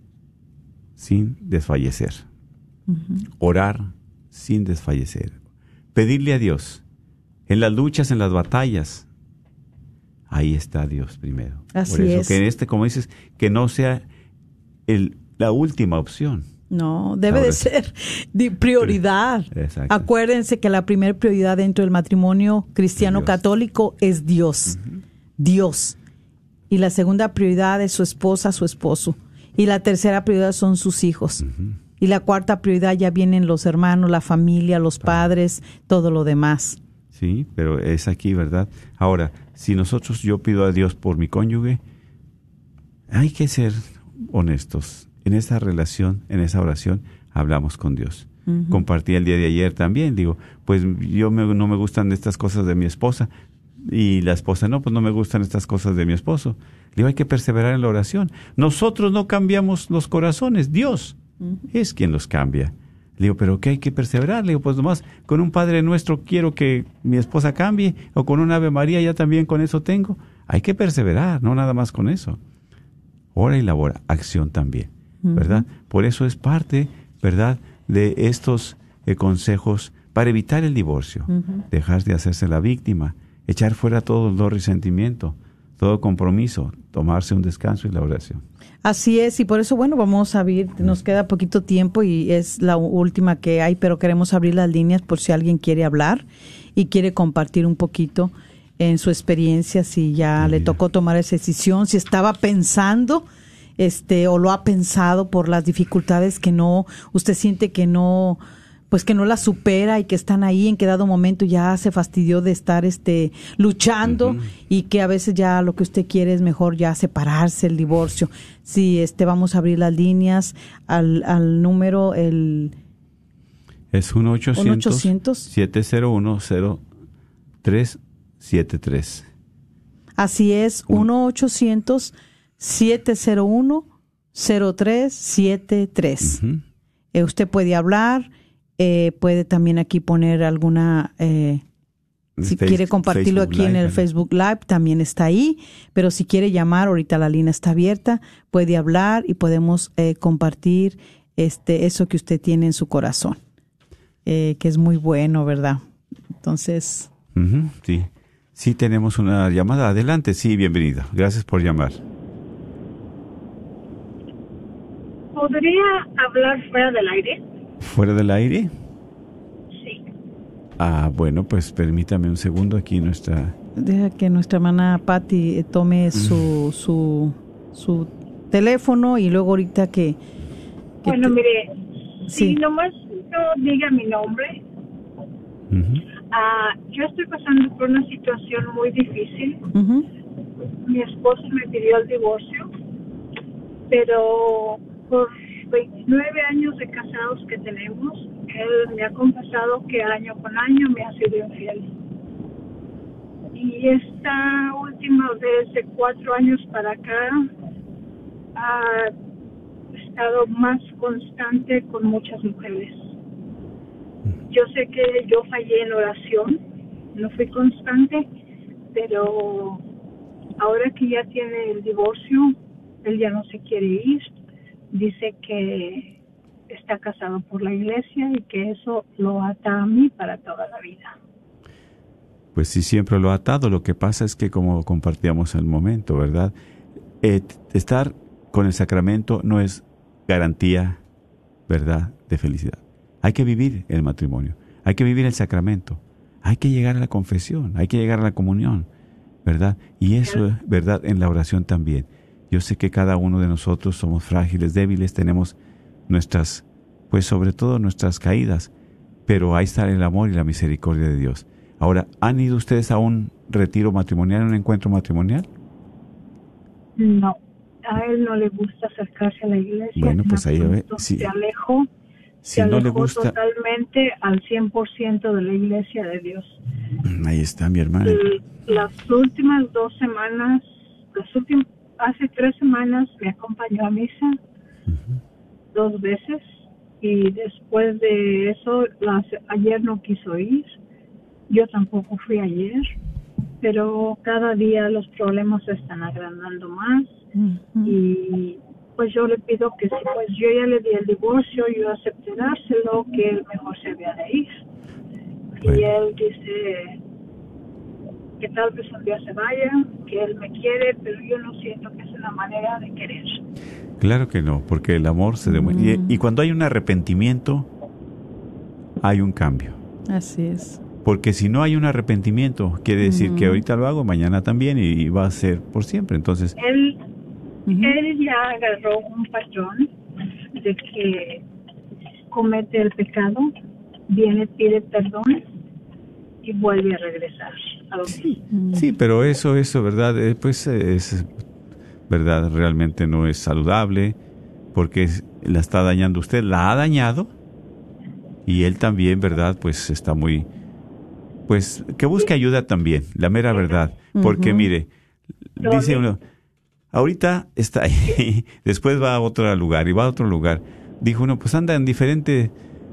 sin desfallecer. Orar sin desfallecer. Pedirle a Dios, en las luchas, en las batallas, ahí está Dios primero. Así Por eso es. que como dices, que no sea la última opción. No, debe de ser de prioridad. Exacto. Acuérdense que la primera prioridad dentro del matrimonio cristiano Dios. Católico es Dios. Dios. Y la segunda prioridad es su esposa, su esposo. Y la tercera prioridad son sus hijos. Y la cuarta prioridad ya vienen los hermanos, la familia, los padres, todo lo demás. Sí, pero es aquí, ¿verdad? Ahora, si yo pido a Dios por mi cónyuge, hay que ser honestos. En esa relación, en esa oración, hablamos con Dios. Compartí el día de ayer también, digo, pues no me gustan estas cosas de mi esposa, y la esposa, no, pues no me gustan estas cosas de mi esposo. Digo, hay que perseverar en la oración. Nosotros no cambiamos los corazones, Dios es quien los cambia. Le digo, ¿pero qué hay que perseverar? Le digo, pues nomás con un Padre Nuestro quiero que mi esposa cambie, o con un Ave María ya también con eso tengo. Hay que perseverar, no nada más con eso. Ora y labora, acción también, ¿verdad? Por eso es parte, ¿verdad?, de estos consejos para evitar el divorcio. Dejar de hacerse la víctima, echar fuera todo dolor y resentimiento, todo compromiso, tomarse un descanso y la oración. Así es, y por eso, bueno, vamos a abrir, nos queda poquito tiempo y es la última que hay, pero queremos abrir las líneas por si alguien quiere hablar y quiere compartir un poquito en su experiencia, si ya le tocó tomar esa decisión, si estaba pensando o lo ha pensado por las dificultades que usted siente que no la supera y que están ahí, en que dado momento ya se fastidió de estar luchando y que a veces ya lo que usted quiere es mejor ya separarse, el divorcio. Sí, vamos a abrir las líneas al número es 1-800-701-0373. Así es, 1-800-701-0373. Usted puede hablar, puede también aquí poner alguna Si quiere compartirlo Facebook aquí en Live, el Facebook Live, también está ahí. Pero si quiere llamar, ahorita la línea está abierta, puede hablar y podemos compartir eso que usted tiene en su corazón, que es muy bueno, ¿verdad? Entonces... Sí. Sí, tenemos una llamada. Adelante, sí, bienvenida. Gracias por llamar. ¿Podría hablar fuera del aire? ¿Fuera del aire? Sí. Bueno, pues permítame un segundo aquí nuestra... Deja que nuestra hermana Patti tome su teléfono y luego ahorita que bueno, mire, sí. Si nomás no diga mi nombre. Yo estoy pasando por una situación muy difícil. Mi esposo me pidió el divorcio, pero por 29 años de casados que tenemos, él me ha confesado que año con año me ha sido infiel. Y esta última vez de 4 años para acá ha estado más constante con muchas mujeres. Yo sé que yo fallé en oración, no fui constante, pero ahora que ya tiene el divorcio, él ya no se quiere ir. Dice que está casado por la iglesia y que eso lo ata a mí para toda la vida. Pues sí, siempre lo ha atado. Lo que pasa es que, como compartíamos en el momento, ¿verdad? Estar con el sacramento no es garantía, ¿verdad?, de felicidad. Hay que vivir el matrimonio, hay que vivir el sacramento, hay que llegar a la confesión, hay que llegar a la comunión, ¿verdad? Y eso es verdad en la oración también. Yo sé que cada uno de nosotros somos frágiles, débiles, tenemos nuestras, pues sobre todo nuestras caídas, pero ahí está el amor y la misericordia de Dios. Ahora, ¿han ido ustedes a un retiro matrimonial, un encuentro matrimonial? No, a él no le gusta acercarse a la iglesia. Bueno, pues ahí sí. Se alejó. Si se no le alejó gusta, totalmente al 100% de la iglesia de Dios. Ahí está mi hermana. Las últimas 2 semanas, hace 3 semanas me acompañó a misa 2 veces y después de eso, ayer no quiso ir. Yo tampoco fui ayer, pero cada día los problemas se están agrandando más y pues yo le pido que si pues yo ya le di el divorcio, yo acepté dárselo, que él mejor se había de ir. Bueno. Y él dice que tal vez un día se vaya, que él me quiere, pero yo no siento que es una manera de querer. Claro que no, porque el amor se demuestra. Y cuando hay un arrepentimiento, hay un cambio. Así es. Porque si no hay un arrepentimiento, quiere decir que ahorita lo hago, mañana también, y va a ser por siempre. Entonces... Él ya agarró un patrón de que comete el pecado, viene, pide perdón y vuelve a regresar a lo mismo. Sí, pero eso, ¿verdad? Pues es verdad, realmente no es saludable porque la está dañando usted, la ha dañado y él también, ¿verdad? Pues está muy... Pues que busque ayuda también, la mera verdad. Porque mire, dice uno... Ahorita está ahí, después va a otro lugar y va a otro lugar. Dijo uno, pues anda en diferentes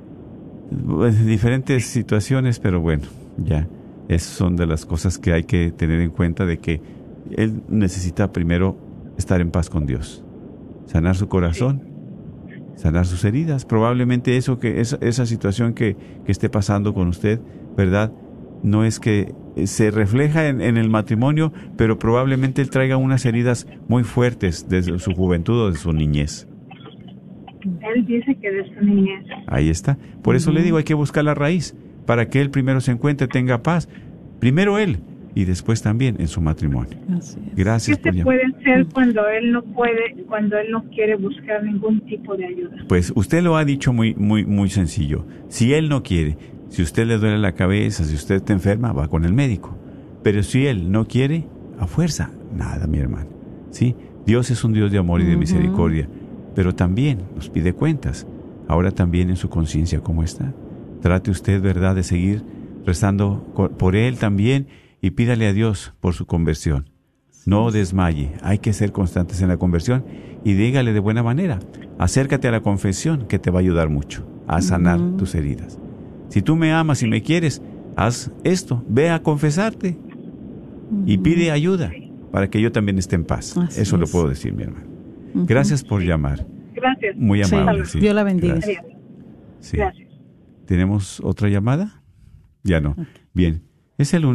situaciones, pero bueno, ya. Esas son de las cosas que hay que tener en cuenta, de que él necesita primero estar en paz con Dios. Sanar su corazón, sanar sus heridas. Probablemente esa situación que esté pasando con usted, ¿verdad?, no es que se refleja en el matrimonio, pero probablemente él traiga unas heridas muy fuertes desde su juventud o de su niñez. Él dice que de su niñez. Ahí está. Por eso le digo, hay que buscar la raíz, para que él primero se encuentre, tenga paz. Primero él, y después también en su matrimonio. Gracias por llamar. ¿Qué se puede hacer cuando él no puede, cuando él no quiere buscar ningún tipo de ayuda? Pues usted lo ha dicho muy, muy, muy sencillo. Si él no quiere, si usted le duele la cabeza, si usted está enferma, va con el médico. Pero si él no quiere, a fuerza, nada, mi hermano. ¿Sí? Dios es un Dios de amor y de misericordia, pero también nos pide cuentas. Ahora también en su conciencia, ¿cómo está? Trate usted, ¿verdad?, de seguir rezando por él también y pídale a Dios por su conversión. No desmaye, hay que ser constantes en la conversión y dígale de buena manera, acércate a la confesión que te va a ayudar mucho a sanar tus heridas. Si tú me amas y me quieres, haz esto, ve a confesarte y pide ayuda para que yo también esté en paz. Así Eso lo es. puedo decir, mi hermano. Gracias por llamar. Gracias. Muy amable. Sí, Dios la bendiga. Gracias. Adiós. Sí. Gracias. ¿Tenemos otra llamada? Ya no. Bien. Es el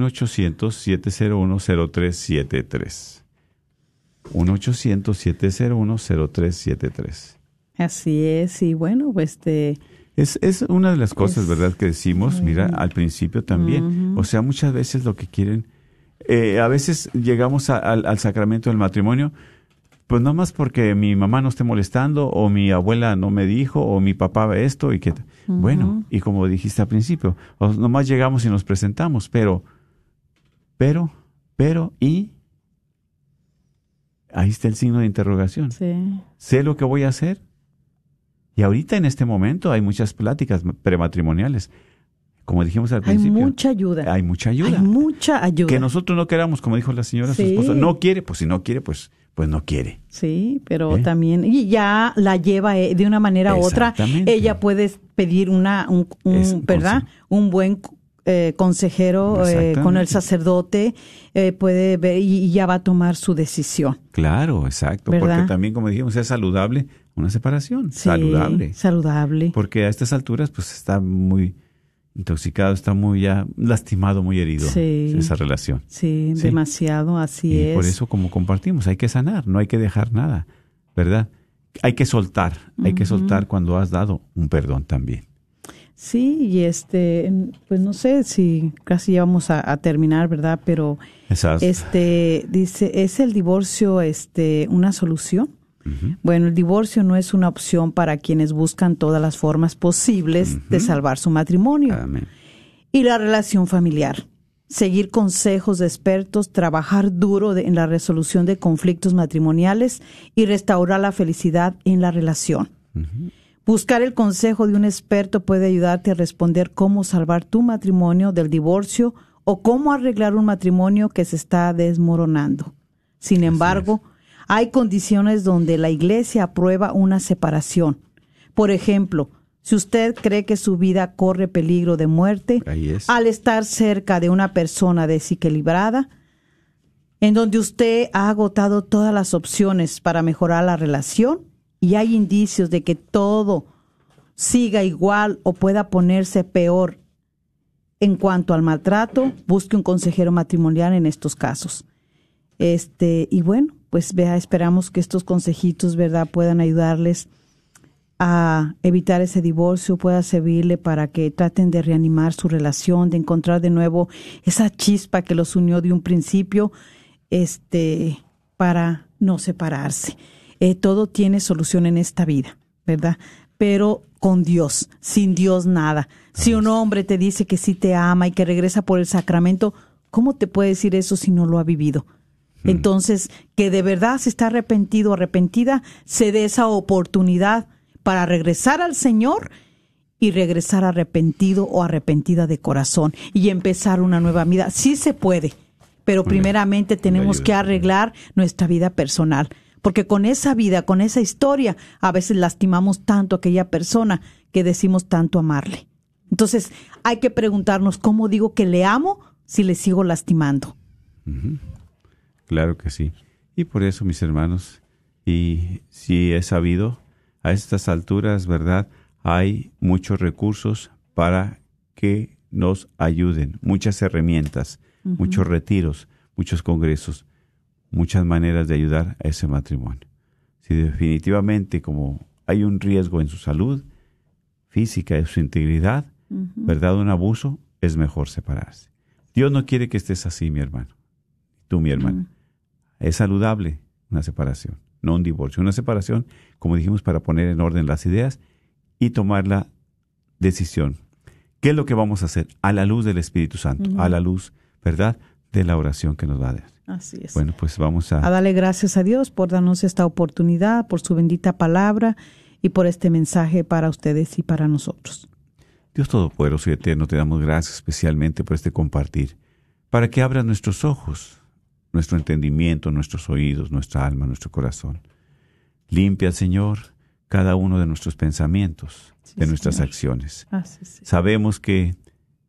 1-800-701-0373. 1-800-701-0373. Así es, y bueno, pues Es una de las cosas, ¿verdad?, que decimos, mira, al principio también. Ujú. O sea, muchas veces lo que quieren, a veces llegamos al sacramento del matrimonio, pues nada más porque mi mamá no esté molestando, o mi abuela no me dijo, o mi papá esto, y que, bueno, y como dijiste al principio, o nomás llegamos y nos presentamos, pero, y ahí está el signo de interrogación. sí. ¿Sé lo que voy a hacer? Y ahorita en este momento hay muchas pláticas prematrimoniales. Como dijimos al Hay principio. mucha ayuda. Hay mucha ayuda. Hay mucha ayuda. Que nosotros no queramos, como dijo la señora, su Sí. esposo. No quiere, pues si no quiere, pues no quiere. Sí, pero ¿Eh? también, y ya la lleva de una manera u otra. Exactamente. Ella puede pedir un ¿verdad? Un buen consejero con el Exactamente. sacerdote, puede ver y ya va a tomar su decisión. Claro, exacto. ¿Verdad? Porque también, como dijimos, es saludable una separación. Sí, Saludable. Saludable. Porque a estas alturas, pues está muy intoxicado, está muy ya lastimado, muy herido Sí. esa relación. Sí, Sí. demasiado, así Y es. por eso, como compartimos, hay que sanar, no hay que dejar nada, ¿verdad? Hay que soltar cuando has dado un perdón también. Sí, y pues no sé si casi ya vamos a terminar, ¿verdad? Pero Esas, dice, ¿es el divorcio una solución? Ujú. Bueno, el divorcio no es una opción para quienes buscan todas las formas posibles de salvar su matrimonio Amén. y la relación familiar. Seguir consejos de expertos, trabajar duro en la resolución de conflictos matrimoniales y restaurar la felicidad en la relación. Ujú. Buscar el consejo de un experto puede ayudarte a responder cómo salvar tu matrimonio del divorcio o cómo arreglar un matrimonio que se está desmoronando. Sin embargo, hay condiciones donde la Iglesia aprueba una separación. Por ejemplo, si usted cree que su vida corre peligro de muerte Ahí es. al estar cerca de una persona desequilibrada, en donde usted ha agotado todas las opciones para mejorar la relación y hay indicios de que todo siga igual o pueda ponerse peor en cuanto al maltrato, busque un consejero matrimonial en estos casos. Y bueno, pues esperamos que estos consejitos, ¿verdad?, puedan ayudarles a evitar ese divorcio, pueda servirle para que traten de reanimar su relación, de encontrar de nuevo esa chispa que los unió de un principio, para no separarse. Todo tiene solución en esta vida, ¿verdad? Pero con Dios, sin Dios nada. Si un hombre te dice que sí te ama y que regresa por el sacramento, ¿cómo te puede decir eso si no lo ha vivido? Entonces, que de verdad se está arrepentido o arrepentida, se dé esa oportunidad para regresar al Señor y regresar arrepentido o arrepentida de corazón y empezar una nueva vida. Sí se puede, pero primeramente tenemos que arreglar nuestra vida personal, porque con esa vida, con esa historia, a veces lastimamos tanto a aquella persona que decimos tanto amarle. Entonces, hay que preguntarnos, ¿cómo digo que le amo si le sigo lastimando? Claro que sí. Y por eso, mis hermanos, y si he sabido, a estas alturas, ¿verdad?, hay muchos recursos para que nos ayuden, muchas herramientas, muchos retiros, muchos congresos, muchas maneras de ayudar a ese matrimonio. Si definitivamente, como hay un riesgo en su salud física, en su integridad, ¿verdad?, un abuso, es mejor separarse. Dios no quiere que estés así, mi hermano. Tú, mi hermana. Es saludable una separación, no un divorcio. Una separación, como dijimos, para poner en orden las ideas y tomar la decisión. ¿Qué es lo que vamos a hacer? A la luz del Espíritu Santo, a la luz, ¿verdad?, de la oración que nos va a dar. Así es. Bueno, pues vamos a darle gracias a Dios por darnos esta oportunidad, por su bendita palabra y por este mensaje para ustedes y para nosotros. Dios Todopoderoso y Eterno, te damos gracias especialmente por este compartir, para que abras nuestros ojos, nuestro entendimiento, nuestros oídos, nuestra alma, nuestro corazón. Limpia, Señor, cada uno de nuestros pensamientos, de nuestras acciones. Sí. Sabemos que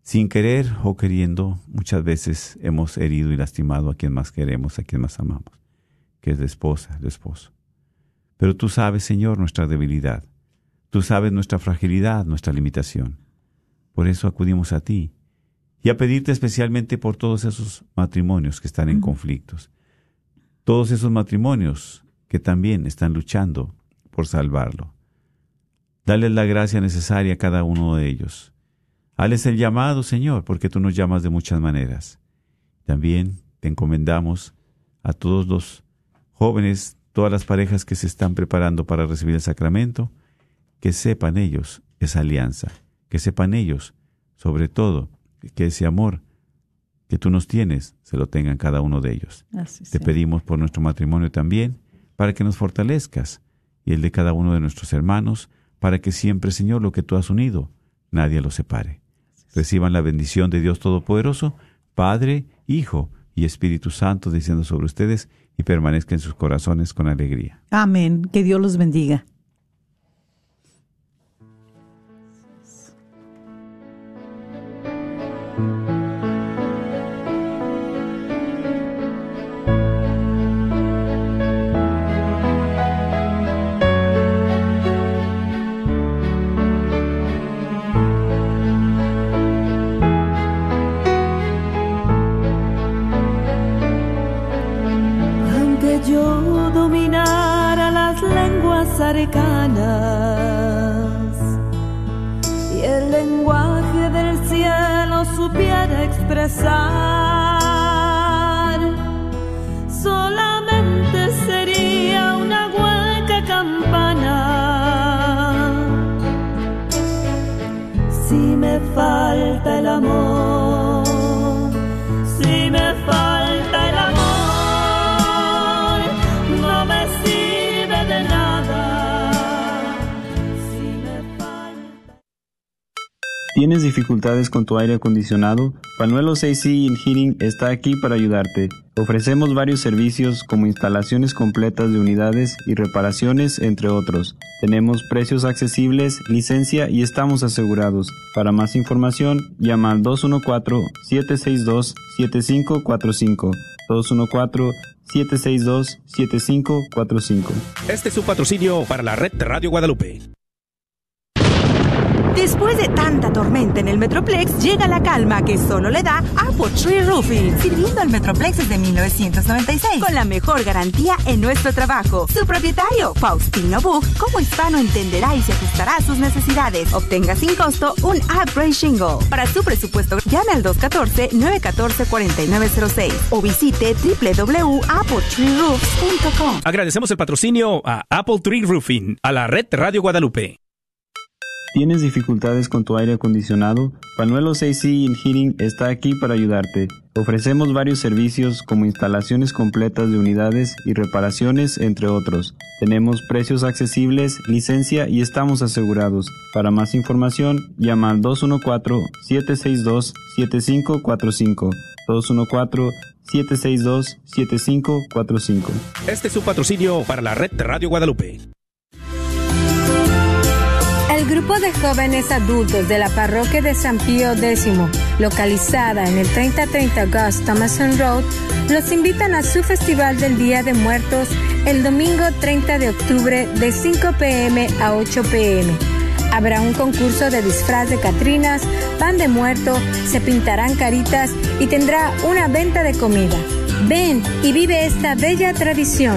sin querer o queriendo, muchas veces hemos herido y lastimado a quien más queremos, a quien más amamos, que es la esposa, el esposo. Pero tú sabes, Señor, nuestra debilidad. Tú sabes nuestra fragilidad, nuestra limitación. Por eso acudimos a ti y a pedirte especialmente por todos esos matrimonios que están en conflictos. Todos esos matrimonios que también están luchando por salvarlo. Dales la gracia necesaria a cada uno de ellos. Hales el llamado, Señor, porque tú nos llamas de muchas maneras. También te encomendamos a todos los jóvenes, todas las parejas que se están preparando para recibir el sacramento, que sepan ellos esa alianza, que sepan ellos, sobre todo, que ese amor que tú nos tienes, se lo tengan cada uno de ellos. Te pedimos por nuestro matrimonio también, para que nos fortalezcas, y el de cada uno de nuestros hermanos, para que siempre, Señor, lo que tú has unido, nadie lo separe. Reciban la bendición de Dios Todopoderoso, Padre, Hijo y Espíritu Santo, descienda sobre ustedes y permanezca en sus corazones con alegría. Amén. Que Dios los bendiga. Y el lenguaje del cielo supiera expresar, solamente sería una hueca campana. Si me falta el amor, si me falta el amor, no me sirve de nada. ¿Tienes dificultades con tu aire acondicionado? Panuelos AC Heating está aquí para ayudarte. Ofrecemos varios servicios como instalaciones completas de unidades y reparaciones, entre otros. Tenemos precios accesibles, licencia y estamos asegurados. Para más información, llama al 214-762-7545. 214-762-7545. Este es su patrocinio para la red de Radio Guadalupe. Después de tanta tormenta en el Metroplex, llega la calma que solo le da Apple Tree Roofing, sirviendo al Metroplex desde 1996, con la mejor garantía en nuestro trabajo. Su propietario, Faustino Buch, como hispano entenderá y se ajustará a sus necesidades. Obtenga sin costo un upgrade shingle. Para su presupuesto, llame al 214-914-4906 o visite www.appletreeroofs.com. Agradecemos el patrocinio a Apple Tree Roofing, a la red de Radio Guadalupe. ¿Tienes dificultades con tu aire acondicionado? Panuelos AC Heating está aquí para ayudarte. Ofrecemos varios servicios como instalaciones completas de unidades y reparaciones, entre otros. Tenemos precios accesibles, licencia y estamos asegurados. Para más información, llama al 214-762-7545. 214-762-7545. Este es su patrocinio para la red de Radio Guadalupe. El grupo de jóvenes adultos de la parroquia de San Pío X, localizada en el 3030 Gus Thomason Road, los invitan a su Festival del Día de Muertos el domingo 30 de octubre de 5 p.m. a 8 p.m. Habrá un concurso de disfraz de catrinas, pan de muerto, se pintarán caritas y tendrá una venta de comida. Ven y vive esta bella tradición.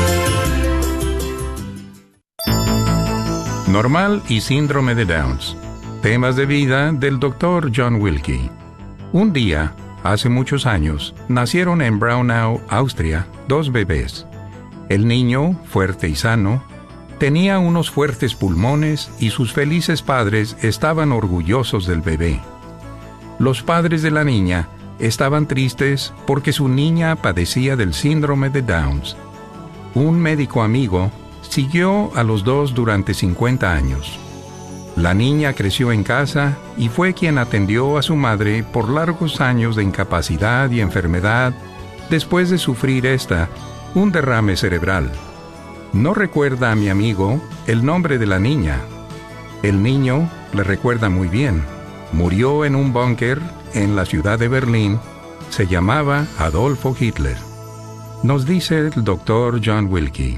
Normal y síndrome de Downs. Temas de vida del Dr. John Wilkie. Un día, hace muchos años, nacieron en Braunau, Austria, 2 bebés. El niño, fuerte y sano, tenía unos fuertes pulmones y sus felices padres estaban orgullosos del bebé. Los padres de la niña estaban tristes porque su niña padecía del síndrome de Downs. Un médico amigo siguió a los dos durante 50 años. La niña creció en casa y fue quien atendió a su madre por largos años de incapacidad y enfermedad después de sufrir un derrame cerebral. No recuerda a mi amigo el nombre de la niña. El niño le recuerda muy bien. Murió en un búnker en la ciudad de Berlín. Se llamaba Adolfo Hitler. Nos dice el doctor John Wilkie.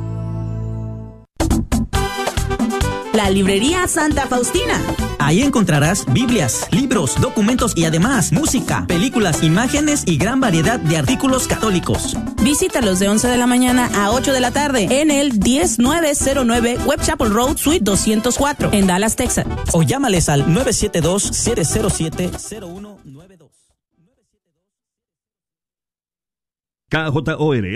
La librería Santa Faustina. Ahí encontrarás Biblias, libros, documentos y además música, películas, imágenes y gran variedad de artículos católicos. Visítalos de 11 de la mañana a 8 de la tarde en el 10909 West Chapel Road, Suite 204, en Dallas, Texas. O llámales al 972-707-0192. KJOR